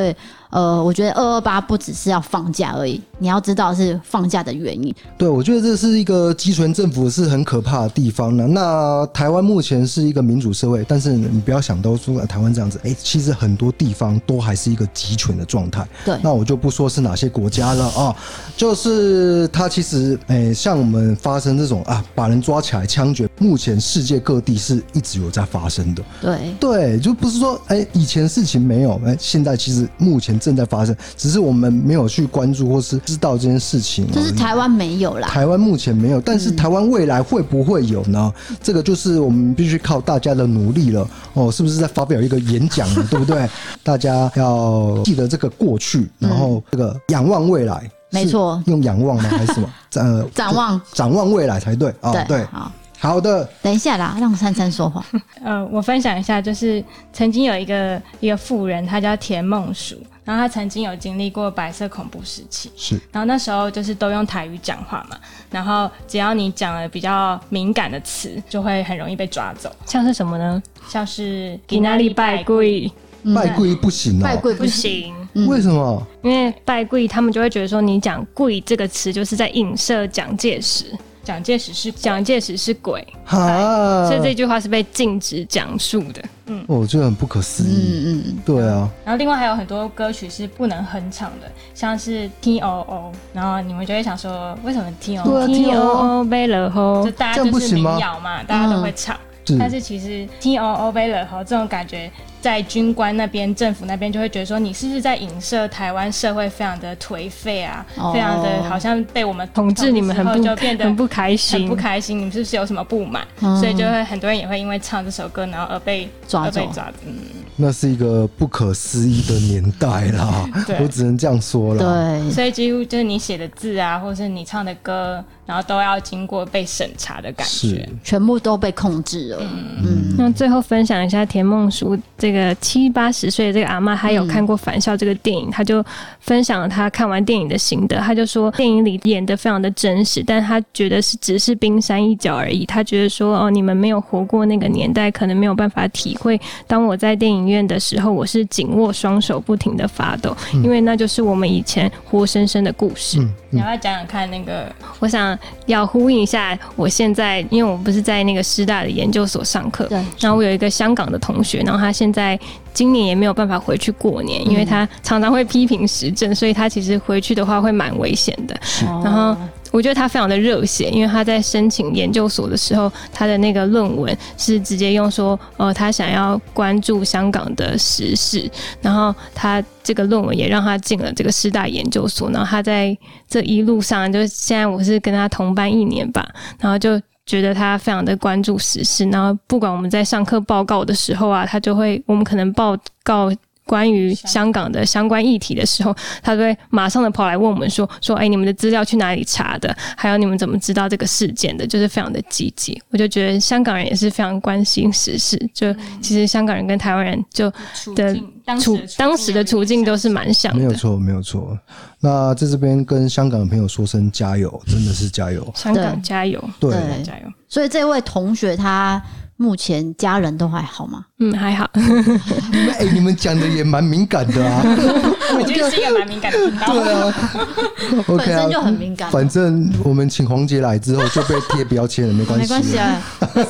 呃，我觉得二二八不只是要放假而已，你要知道是放假的原因。 对，我觉得这是一个集权政府是很可怕的地方呢。那台湾目前是一个民主社会，但是你不要想到说台湾这样子，哎，其实很多地方都还是一个集权的状态。 对， 那我就不说是哪些国家了啊，就是它其实，哎，像我们发生这种啊，把人抓起来枪决，目前世界各地是一直有在发生的。 对对，就不是说哎以前事情没有，哎现在其实目前正在发生，只是我们没有去关注或是知道这件事情。 就是台湾没有啦， 台湾目前没有，但是台湾未来会不会有呢？嗯、这个就是我们必须靠大家的努力了。哦，是不是在发表一个演讲了，对不对？大家要记得这个过去，然后这个仰望未来。 没错， 用仰望吗？还是什么？呃， 展望， 展望未来才对啊、哦！对， 好。 好的， 等一下啦，让珊珊说话。 呃，我分享一下，就是曾经有一个一个妇人，她叫田梦淑，然后她曾经有经历过白色恐怖时期， 是， 然后那时候就是都用台语讲话嘛，然后只要你讲了比较敏感的词，就会很容易被抓走。 像是什么呢？ 像是今仔日拜鬼。 拜跪不行哦， 拜跪不行、 嗯，为什么？ 因为拜跪，他们就会觉得说，你讲“跪”这个词，就是在影射蒋介石。 蒋介石是蒋介石是鬼， 哈， 所以这句话是被禁止讲述的。 嗯，我觉得很不可思议。嗯嗯，对啊。 然后另外还有很多歌曲是不能哼唱的，像是 T O O， 然后你们就会想说，为什么 T O O T O O 贝勒吼， 就大家就是民谣嘛，大家都会唱。是，但是其实 T O O 贝勒吼这种感觉，在军官那边、政府那边就会觉得说，你是不是在影射台湾社会非常的颓废啊，哦、非常的好像被我们统治，你们很不就变得很不开心， 很不开心，你们是不是有什么不满？嗯、所以就会很多人也会因为唱这首歌，然后而被抓走。 而被抓嗯， 那是一个不可思议的年代啦，我只能这样说了。 对，所以几乎就是你写的字啊，或者是你唱的歌，然后都要经过被审查的感觉， 全部都被控制了。 嗯。嗯那最后分享一下田梦淑这个七八十岁的这个阿嬷，她有看过《返校》这个电影，她就分享了她看完电影的心得。她就说电影里演得非常的真实，但她觉得是只是冰山一角而已。她觉得说哦，你们没有活过那个年代，可能没有办法体会。当我在电影院的时候，我是紧握双手，不停的发抖，嗯、因为那就是我们以前活生生的故事。嗯你要不要讲讲看那个？ 我想要呼应一下，我现在因为我不是在那个师大的研究所上课，对，然后我有一个香港的同学，然后他现在今年也没有办法回去过年，因为他常常会批评时政，所以他其实回去的话会蛮危险的。然后我觉得他非常的热血，因为他在申请研究所的时候，他的那个论文是直接用说，呃，他想要关注香港的时事，然后他这个论文也让他进了这个师大研究所，然后他在这一路上，就现在我是跟他同班一年吧，然后就觉得他非常的关注时事，然后不管我们在上课报告的时候啊，他就会，我们可能报告关于香港的相关议题的时候，他就会马上的跑来问我们说说，哎，你们的资料去哪里查的？还有你们怎么知道这个事件的？就是非常的积极。我就觉得香港人也是非常关心时事，就其实香港人跟台湾人就的处当时的处境都是蛮像的。 没有错，没有错。那在这边跟香港的朋友说声加油，真的是加油！ 香港加油， 对， 对加油！ 所以这位同学他目前家人都还好吗？ 嗯，还好。 你们哎、欸，你们讲的也蛮敏感的啊。 我觉得是一个蛮敏感的频道。 对啊，OK 啊， 本身就很敏感。 反正我们请黄杰来之后就被贴标签了，没关系， 没关系啊。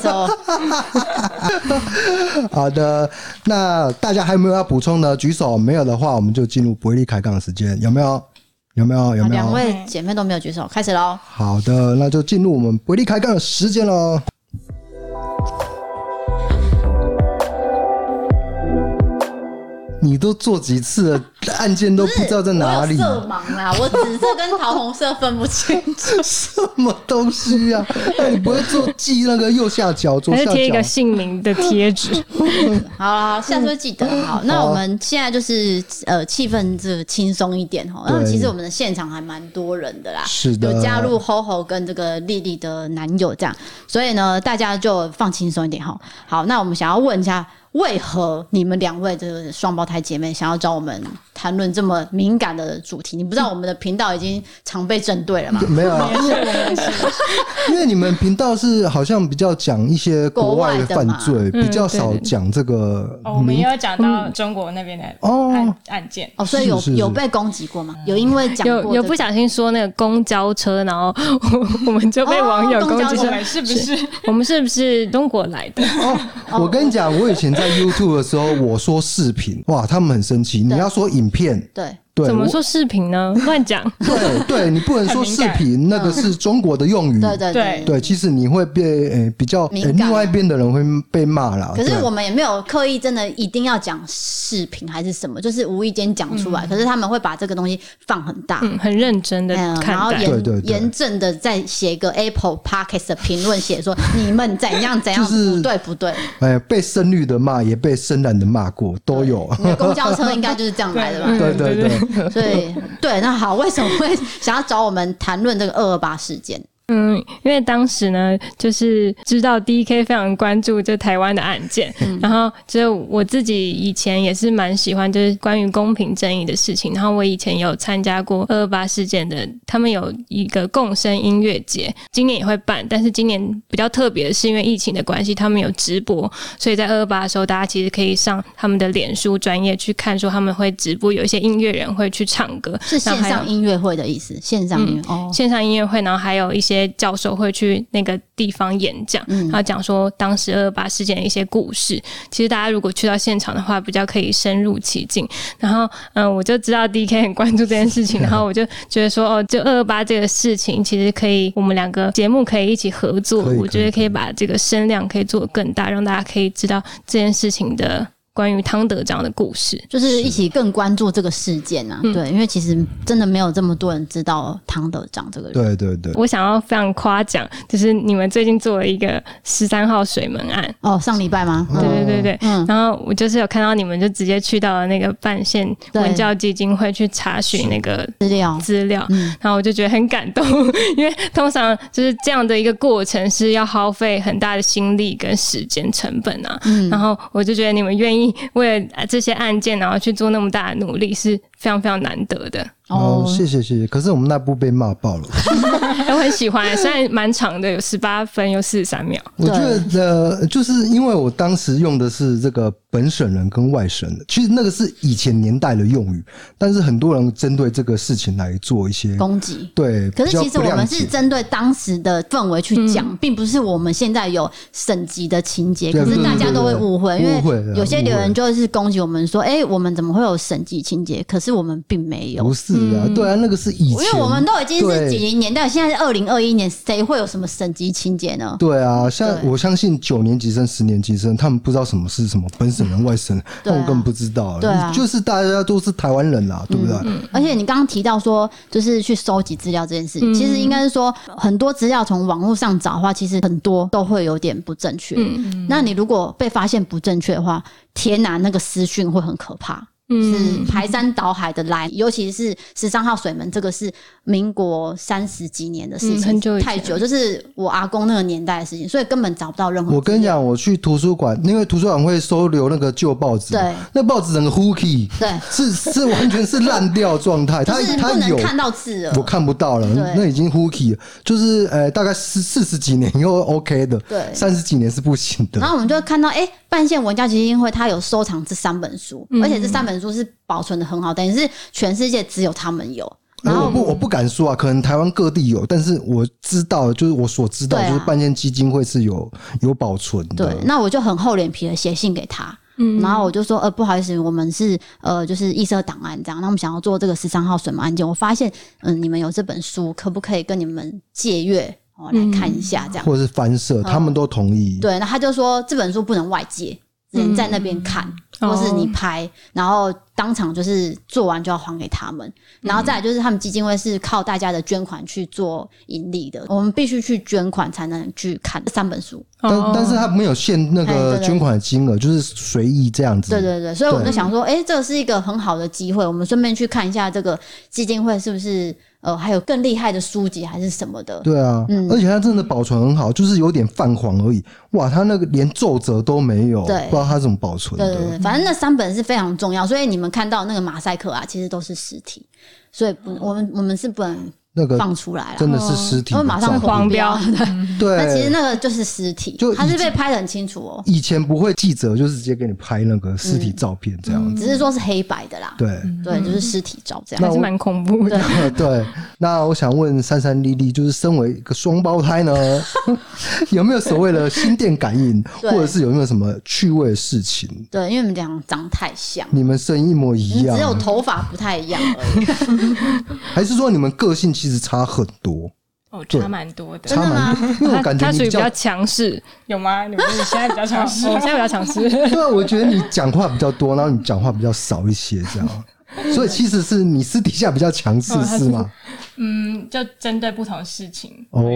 好的，那大家还有没有要补充的？举手，没有的话，我们就进入伯利开杠的时间，有没有？有没有？有没有？ 两位姐妹都没有举手，开始喽。 好的，那就进入我们伯利开杠的时间喽。你都做几次了，案件都不知道在哪里。 我有色盲啦，我紫色跟桃红色分不清楚。 什么东西啊？那你不会做记那个右下角、左下角？ 还是贴一个姓名的贴纸？ 好了，下次会记得。好，那我们现在就是呃气氛这轻松一点哈。那其实我们的现场还蛮多人的啦， 是的， 有加入 Ho Ho 跟这个丽丽的男友这样，所以呢大家就放轻松一点哈。好，那我们想要问一下。为何你们两位这个双胞胎姐妹想要找我们谈论这么敏感的主题？你不知道我们的频道已经常被针对了吗？ 没有啊， 也是我们也是。 因为你们频道是好像比较讲一些国外的犯罪，比较少讲这个、 哦。我们也有讲到中国那边的案、 哦、 案件哦，所以有是是是有被攻击过吗？有因为讲过、这个、 有有不小心说那个公交车，然后我们就被网友攻击说、 哦、 是不是我们是不是中国来的？ 哦，我跟你讲，我以前在 YouTube 的时候，我说视频，哇，他们很生气。你要说影片， 对。 对， 怎么说视频呢？乱讲。 对对，你不能说视频，那个是中国的用语。 对对对对，其实你会被、呃、比较、呃、另外一边的人会被骂啦。 可是我们也没有刻意真的一定要讲视频还是什么，就是无意间讲出来、嗯。可是他们会把这个东西放很大， 嗯，很认真的看待， 然后严对对对严正的再写一个 Apple Podcast 的评论，写说你们怎样怎样， 就是不对不对。 哎，被深绿的骂，也被深蓝的骂过，都有。 你的公交车应该就是这样来的吧？ 对对对， 所以。对，那好，为什么会想要找我们谈论这个二二八事件？ 嗯，因为当时呢，就是知道 D K 非常关注这台湾的案件、嗯，然后就我自己以前也是蛮喜欢就是关于公平正义的事情，然后我以前有参加过二二八事件的，他们有一个共生音乐节，今年也会办，但是今年比较特别的是因为疫情的关系，他们有直播，所以在二二八的时候，大家其实可以上他们的脸书专页去看，说他们会直播，有一些音乐人会去唱歌， 是线上音乐会的意思，线上音乐、 嗯、哦，线上音乐会，然后还有一些教授会去那个地方演讲、嗯，然后讲说当时二二八事件的一些故事。其实大家如果去到现场的话，比较可以深入其境。然后，嗯，我就知道 D K 很关注这件事情，然后我就觉得说，哦，就二二八这个事情，其实可以我们两个节目可以一起合作，我觉得可以把这个声量可以做得更大，让大家可以知道这件事情的。关于汤德章的故事， 就是一起更关注这个事件啊。对，因为其实真的没有这么多人知道汤德章这个人。 对对对， 我想要非常夸奖，就是你们最近做了一个十三号水门案。 哦，上礼拜吗？ 对对对对，嗯。然后我就是有看到你们就直接去到了那个半县文教基金会去查询那个资料资料，嗯，然后我就觉得很感动，因为通常就是这样的一个过程是要耗费很大的心力跟时间成本啊。嗯，然后我就觉得你们愿意为了这些案件然后去做那么大的努力是非常非常难得的。 哦，谢谢谢谢。可是我们那部被骂爆了。 我很喜欢，虽然蛮长的，有十八分，有四十三秒。 我觉得呃，就是因为我当时用的是这个本省人跟外省人，其实那个是以前年代的用语，但是很多人针对这个事情来做一些攻击。 对， 可是其实我们是针对当时的氛围去讲、嗯，并不是我们现在有省级的情节。可是大家都会误会，因为有些留言就是攻击我们说：“哎、欸，我们怎么会有省级情节？”可是我们并没有。 不是啊，嗯、对啊，那个是以前， 因为我们都已经是几零年代，现在是二零二一年，谁会有什么省级情节呢？ 对啊，像我相信九年级生、十年级生，他们不知道什么是什么本省人、外省人，他们根本不知道。 对啊， 就是大家都是台湾人啦，对不对？ 嗯嗯、而且你刚刚提到说，就是去收集资料这件事、嗯，其实应该是说很多资料从网络上找的话，其实很多都会有点不正确。嗯、那你如果被发现不正确的话，天哪，那个私讯会很可怕。是排山倒海的来，尤其是十三号水门，这个是民国三十几年的事情，嗯、很久太久，就是我阿公那个年代的事情，所以根本找不到任何。 我跟你讲，我去图书馆，因为图书馆会收留那个旧报纸， 对， 那报纸整个 hooky， 对， 是是完全是烂掉状态，它它不能看到字了， 我看不到了，那已经 hooky 了，就是呃大概四四十几年以后 OK 的， 对， 三十几年是不行的。 然后我们就会看到，哎、欸，半县文教基金会它有收藏这三本书，嗯、而且这三本书是保存的很好，等于是全世界只有他们有。然后我不我不敢说啊，可能台湾各地有，但是我知道，就是我所知道，就是半县基金会是有有保存的。 对，那我就很厚脸皮的写信给他。嗯，然后我就说，呃，不好意思，我们是呃，就是异色档案这样，那我们想要做这个十三号水门案件，我发现，嗯、呃，你们有这本书，可不可以跟你们借阅哦来看一下这样， 或者是翻摄，他们都同意。 嗯、对，那他就说这本书不能外借。人在那边看、嗯，或是你拍、哦，然后当场就是做完就要还给他们，然后再来就是他们基金会是靠大家的捐款去做盈利的，我们必须去捐款才能去看这三本书。 但、哦、但是他没有限那个捐款的金额，就是随意这样子。 对对对，所以我们就想说，哎、欸，这是一个很好的机会，我们顺便去看一下这个基金会是不是呃，还有更厉害的书籍还是什么的。 对啊，嗯、而且它真的保存很好，就是有点泛黄而已。哇，它那个连皱褶都没有， 对， 不知道它怎么保存的。 对对对，反正那三本是非常重要，所以你们看到那个马赛克啊，其实都是实体，所以不，我们我们是不能。 那个放出来了， 真的是尸体的照片， 因为马上黄标。 对， 那其实那个就是尸体，就它是被拍得很清楚哦。 以前不会记者就直接给你拍那个尸体照片这样子， 嗯嗯、只是说是黑白的啦。 对对，就是尸体照这样， 还是蛮恐怖的。 对, 对，那我想问珊珊莉莉，就是身为一个双胞胎呢，有没有所谓的心电感应，或者是有没有什么趣味的事情？ 对，因为我们俩长太像， 你们声音一模一样， 只有头发不太一样而已。 还是说你们个性其实差很多？ 哦，差蛮多的， 差蛮多，因为我感觉他你属于比较强势， 有吗？你们现在比较强势， 我现在比较强势。 对啊，我觉得你讲话比较多，然后你讲话比较少一些，这样。所以其实是你私底下比较强势，哦、是吗？ 嗯，就针对不同的事情哦。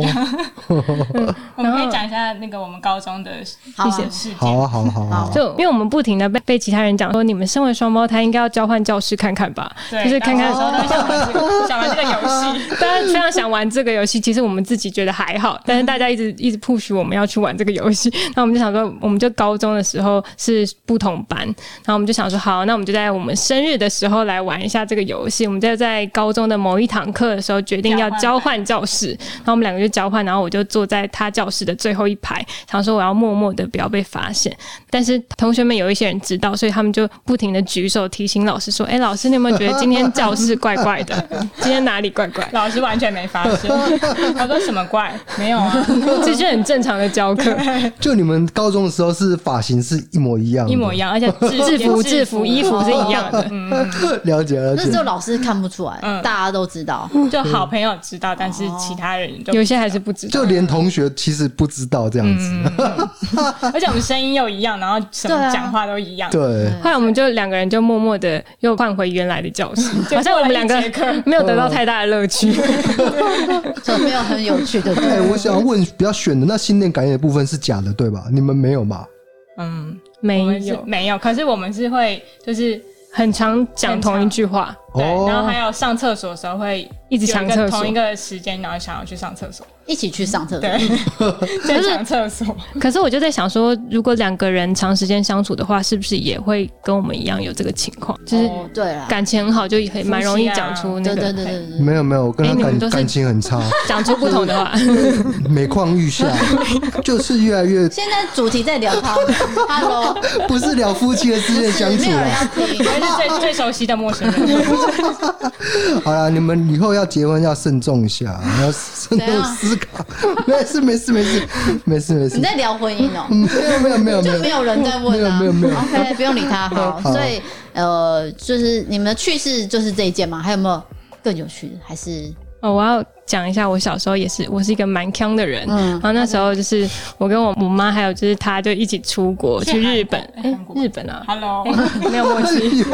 我们可以讲一下那个我们高中的一些事情。 好啊，好啊，好啊。 就因为我们不停的被被其他人讲说，你们身为双胞胎应该要交换教室看看吧，就是看看想玩这个想玩这个游戏， 大家非常想玩这个游戏。其实我们自己觉得还好，但是大家一直一直 push 我们要去玩这个游戏。那我们就想说，我们就高中的时候是不同班，然后我们就想说，好，那我们就在我们生日的时候来玩一下这个游戏。我们就在高中的某一堂课的时候决定要交换教室，然后我们两个就交换，然后我就坐在他教室的最后一排，想说我要默默的不要被发现。但是同学们有一些人知道，所以他们就不停的举手提醒老师说：“哎、欸，老师，你有没有觉得今天教室怪怪的？今天哪里怪怪？” 老师完全没发现，他说什么怪？没有啊， 这就很正常的教课。 就你们高中的时候是发型是一模一样的， 一模一样，而且制服制服衣服是一样的。 嗯，了解了解。 那时候老师看不出来，嗯、大家都知道， 就好朋友知道，但是其他人就有些还是不知道， 就连同学其实不知道这样子。嗯、 而且我们声音又一样，然后什么讲话都一样。 对。 后来我们就两个人就默默的又换回原来的教室，好像我们两个没有得到太大的乐趣， 就没有很有趣的。 哎、欸，我想问比较选的那心电感应的部分是假的，对吧？你们没有吧？ 嗯， 没有， 没有。可是我们是会就是很常讲同一句话， 对，然后还有上厕所的时候会一直抢厕所， 同一个时间，然后想要去上厕所， 一起去上厕所， 对，在抢厕所。 可是我就在想说，如果两个人长时间相处的话，是不是也会跟我们一样有这个情况？就是对啦，感情很好，就也蛮容易讲出那个。 对对对对对， 没有没有，我跟他感、欸、感情很差， 讲出不同的话， 每况愈下，就是越来越。 现在主题在聊他 ，Hello， 不是聊夫妻的之间相处啊， 应该是最最熟悉的陌生人。 好啦，你们以后要结婚要慎重一下，要慎重思考。没事没事没事没事没事。 你在聊婚姻哦、喔？ 没有没有没有， 就没有人在问啊。 没有没有没有。 OK， 不用理他。好，好，所以呃，就是你们的趣事就是这一件吗？还有没有更有趣的？还是哦，我要讲一下，我小时候也是，我是一个蛮鏘的人。嗯，然后那时候就是我跟我母妈还有就是她就一起出国去日本。哎、欸，日本啊 ，Hello， 欸、没有默契。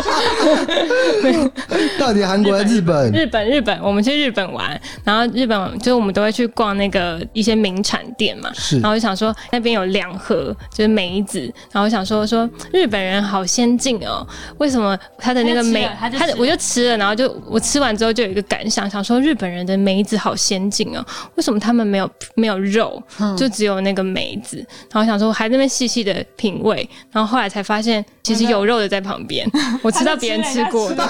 到底韩国还是日本？ 日本日本，我们去日本玩，然后日本就是我们都会去逛那个一些名产店嘛。 是， 然后就想说那边有两盒就是梅子，然后想说说日本人好先进哦，为什么他的那个梅，他的我就吃了，然后就我吃完之后就有一个感想，想说日本人的梅子好先进哦，为什么他们没有没有肉，就只有那个梅子？然后想说还在那边细细的品味，然后后来才发现其实有肉的在旁边，我吃到别人吃过的。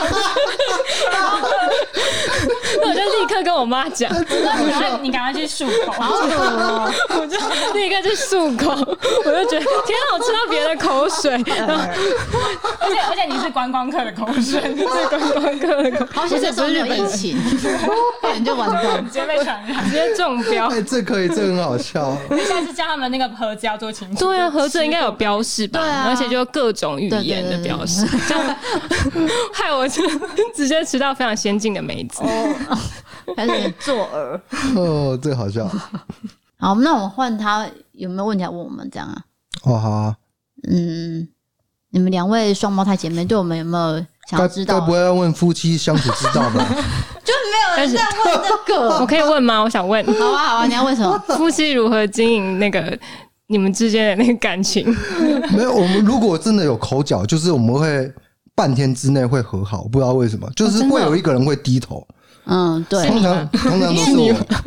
那我就立刻跟我妈讲， 你赶快去漱口， 我就立刻去漱口，我就觉得天啊，我吃到别人的口水，然后而且而且你是观光客的口水， 是观光客的口水， 好险这时候没有疫情，你就完蛋， 直接被传染， 直接中标。 哎、欸，这可以，这很好笑。 你下次叫他们那个盒子要做清楚。 对啊，盒子应该有标示吧？ 对啊， 而且就各种语言的标示，这样害我就直接吃到非常先进的梅子， 哦，还是很作儿。 哦，这个好笑。 好，那我们换他有没有问题要问我们这样啊？ 哦，好啊。 嗯，你们两位双胞胎姐妹对我们有没有想要知道？ 该不会要问夫妻相处之道吧？ 就没有人在问这个。 我可以问吗？我想问。 好啊，好啊，你要问什么？ 夫妻如何经营那个你们之间的那个感情？ 没有，我们如果真的有口角，就是我们会半天之内会和好，不知道为什么，就是会有一个人会低头。 嗯，对， 通常通常都是我。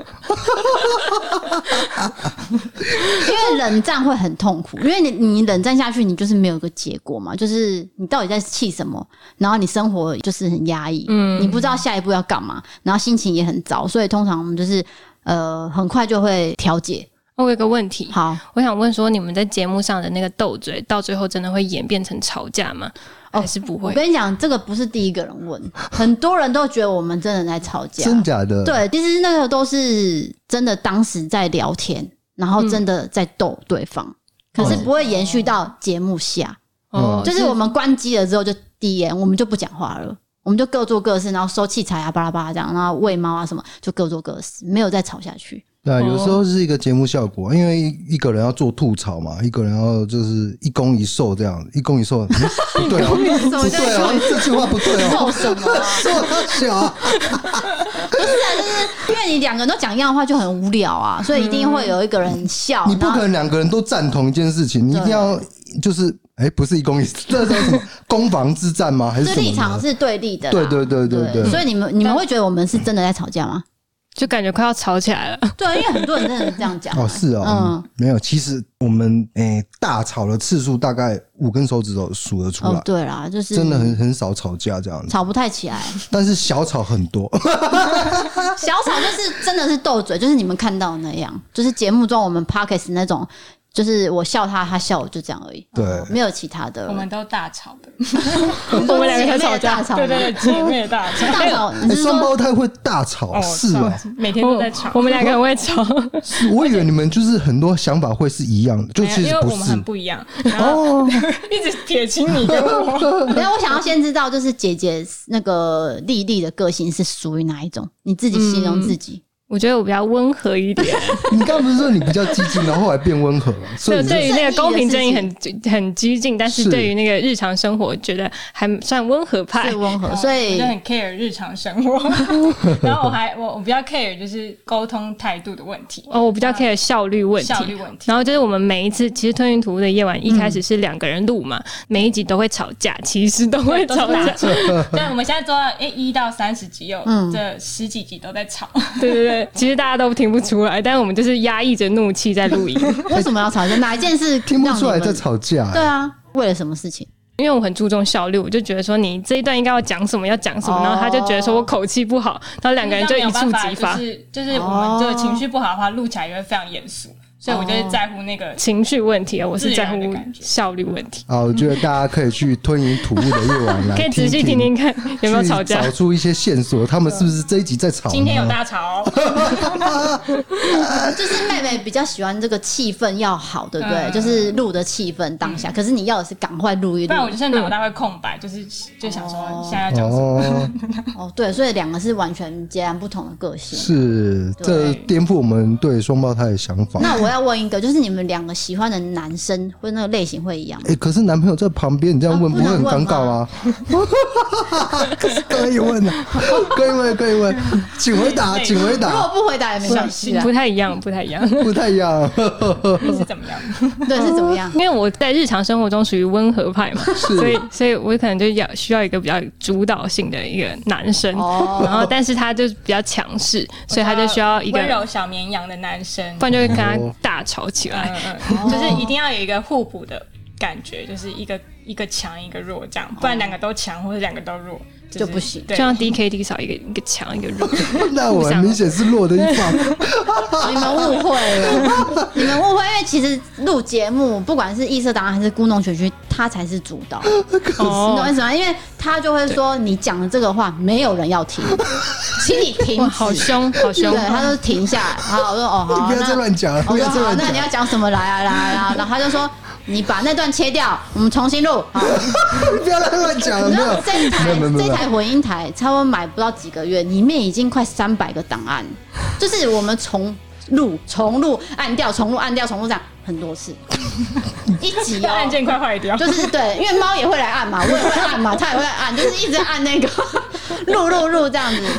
因为冷战会很痛苦，因为你你冷战下去，你就是没有一个结果嘛，就是你到底在气什么，然后你生活就是很压抑，嗯，你不知道下一步要干嘛，然后心情也很糟，所以通常我们就是呃很快就会调解。 我有一个问题， 好， 我想问说，你们在节目上的那个斗嘴，到最后真的会演变成吵架吗？还是不会？ 我跟你讲，这个不是第一个人问，很多人都觉得我们真的在吵架， 真假的？ 对，其实那个都是真的，当时在聊天，然后真的在斗对方，嗯、可是不会延续到节目下。哦，就是我们关机了之后就低言，我们就不讲话了，我们就各做各事，然后收器材啊，巴拉巴拉这样，然后喂猫啊什么，就各做各事，没有再吵下去。 对啊，有时候是一个节目效果，因为一个人要做吐槽嘛，一个人要就是一攻一受这样，一攻一受，嗯、不对哦，不对哦，这句话不对哦， 受什么、啊？ 受他小啊？ 不是啊，就是因为你两个人都讲一样的话就很无聊啊，所以一定会有一个人笑。 你不可能两个人都赞同一件事情，你一定要就是哎、欸，不是一攻一受，这叫什么攻防之战吗？还是什么？ 立场是对立的。 对对对对 对, 对。 所以你们你们会觉得我们是真的在吵架吗？ 就感觉快要吵起来了。 对，因为很多人真的是这样讲。 哦，是哦，嗯，没有，其实我们诶、欸、大吵的次数大概五根手指头数得出来。 哦，对啦，就是真的很很少吵架这样子， 吵不太起来。 但是小吵很多。 小吵就是真的是斗嘴，就是你们看到的那样，就是节目中我们 Podcast 那种。就是我笑他，他笑我，就这样而已。 对， 没有其他的。 我们都大吵的， 我们两个在吵架， 对对对，姐妹大吵。 大吵，你是双胞胎会大吵？ 哦、 是啊， 每天都在吵。 我们两个很会吵。 我以为你们就是很多想法会是一样的，就其实不是，因为我们很不一样。哦，一直撇清你跟我。 没有，我想要先知道，就是姐姐那个丽丽的个性是属于哪一种？你自己形容自己。 嗯，我觉得我比较温和一点。 你刚刚不是说你比较激进，然后后来变温和了？所以对于那个公平正义很很激进，但是对于那个日常生活，觉得还算温和派。 是温和，所以我就很 care 日常生活。然后我还我我比较 care 就是沟通态度的问题。 哦，我比较 care 效率问题。 效率问题。 然后就是我们每一次，其实《吞云吐雾的夜晚》一开始是两个人录嘛，嗯、每一集都会吵架，其实都会吵架。 对，我们现在做到一到三十集，有这十几集都在吵。 对对对。其实大家都听不出来，但是我们就是压抑着怒气在录音。 为什么要吵架？哪一件事听不出来在吵架、欸？ 对啊，为了什么事情？ 因为我很注重效率，我就觉得说你这一段应该要讲什么，要讲什么， oh. 然后他就觉得说我口气不好，然后两个人就一触即发。 就是就是我们这个情绪不好的话，录起来也会非常严肃。所以我就是在乎那个情绪问题，我是在乎效率问题。 好，我觉得大家可以去吞云吐雾的夜晚来， 可以仔细听听看有没有吵架， 找出一些线索，他们是不是这一集在吵？ 今天有大吵、哦， 就是妹妹比较喜欢这个气氛要好，对不对？嗯、就是录的气氛当下，嗯、可是你要的是赶快录一录， 不然我就是脑袋会空白，就是就想说现在要讲什么。 哦，对，所以两个是完全截然不同的个性， 是这颠覆我们对双胞胎的想法。 那我要问一个，就是你们两个喜欢的男生或那个类型会一样吗？ 哎、欸，可是男朋友在旁边，你这样问、啊、不会很尴尬吗？可是可以问啊，可以问，可以问，请回答，请回答。 如果不回答也没关系， 不太一样，不太一样， 不太一样。 是怎么样？ 对，是怎么样？ 因为我在日常生活中属于温和派嘛，所以，所以我可能就要需要一个比较主导性的一个男生，哦、然后，但是他就比较强势，所以他就需要一个温柔小绵羊的男生， 不然就会跟他大吵起来。 嗯嗯，就是一定要有一个互补的感觉，就是一个一个强一个弱这样，不然两个都强或者两个都弱、就是、 就不行。 就像 D K D 少一个一个强一个弱， 那我很明显是弱的一方。 你们误会了，你们误会，因为其实录节目，不管是异色档案还是故弄玄虚，他才是主导。你懂意思吗？因为他就会说你讲的这个话没有人要听，请你停止。 好凶，好凶！ 对，他就停下来。然后我说哦好， 你不要再乱讲了，不要再乱讲。 那你要讲什么来啊来啊？然后他就说。你把那段切掉，我们重新录。 不要再乱讲了，没有。 这一台这一台混音台差不多买不到几个月，里面已经快三百个档案，就是我们重录、重录、按掉、重录、按掉、重录这样很多次，一集哦， 按键快坏掉。 就是对，因为猫也会来按嘛，我也会按嘛，它也会按，就是一直按那个录录录这样子。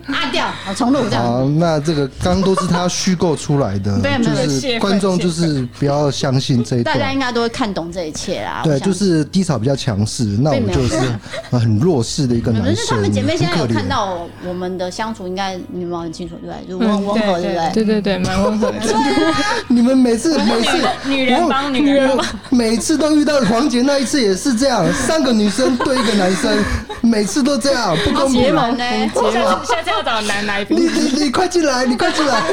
啊掉，好重录这样。 好，那这个刚都是他虚构出来的， 对没有就是观众就是不要相信这一段。 大家应该都会看懂这一切啦。 对，就是低潮比较强势，那我们就是很弱势的一个男生。 可是她们姐妹现在有看很可怜到我们的相处，应该你们很清楚对不对？就温温和对不对？ 对对对，蛮温和的。 你们每次每次女人帮女人帮， 每次都遇到黄杰那一次也是这样，三个女生对一个男生，每次都这样，不公平。 结盟呢？ 下下次要找男来宾。 你你你快进来，你快进来。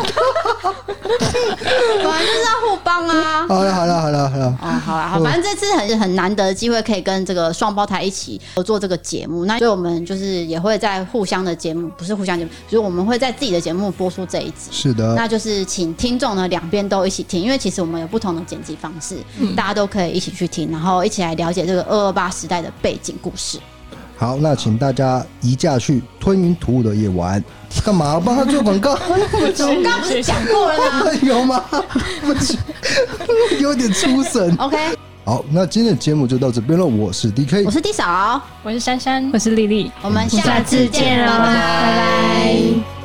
本来就是要互帮啊。 好了好了好了好了。 哦，好了好，反正这次很很难得的机会，可以跟这个双胞胎一起合作这个节目。那所以我们就是也会在互相的节目，不是互相节目，就是我们会在自己的节目播出这一集。 是的。 那就是请听众呢两边都一起听，因为其实我们有不同的剪辑方式，嗯、大家都可以一起去听，然后一起来了解这个二二八时代的背景故事。 好，那请大家移驾去吞云吐雾的夜晚。干嘛？帮他做广告？ 我刚刚不是讲过了吗？ 有吗？不是，有点出神。 OK。 好，那今天的节目就到这边了。我是 D K， 我是 D 嫂， 我是珊珊， 我是丽丽， 我们下次见喽，拜拜。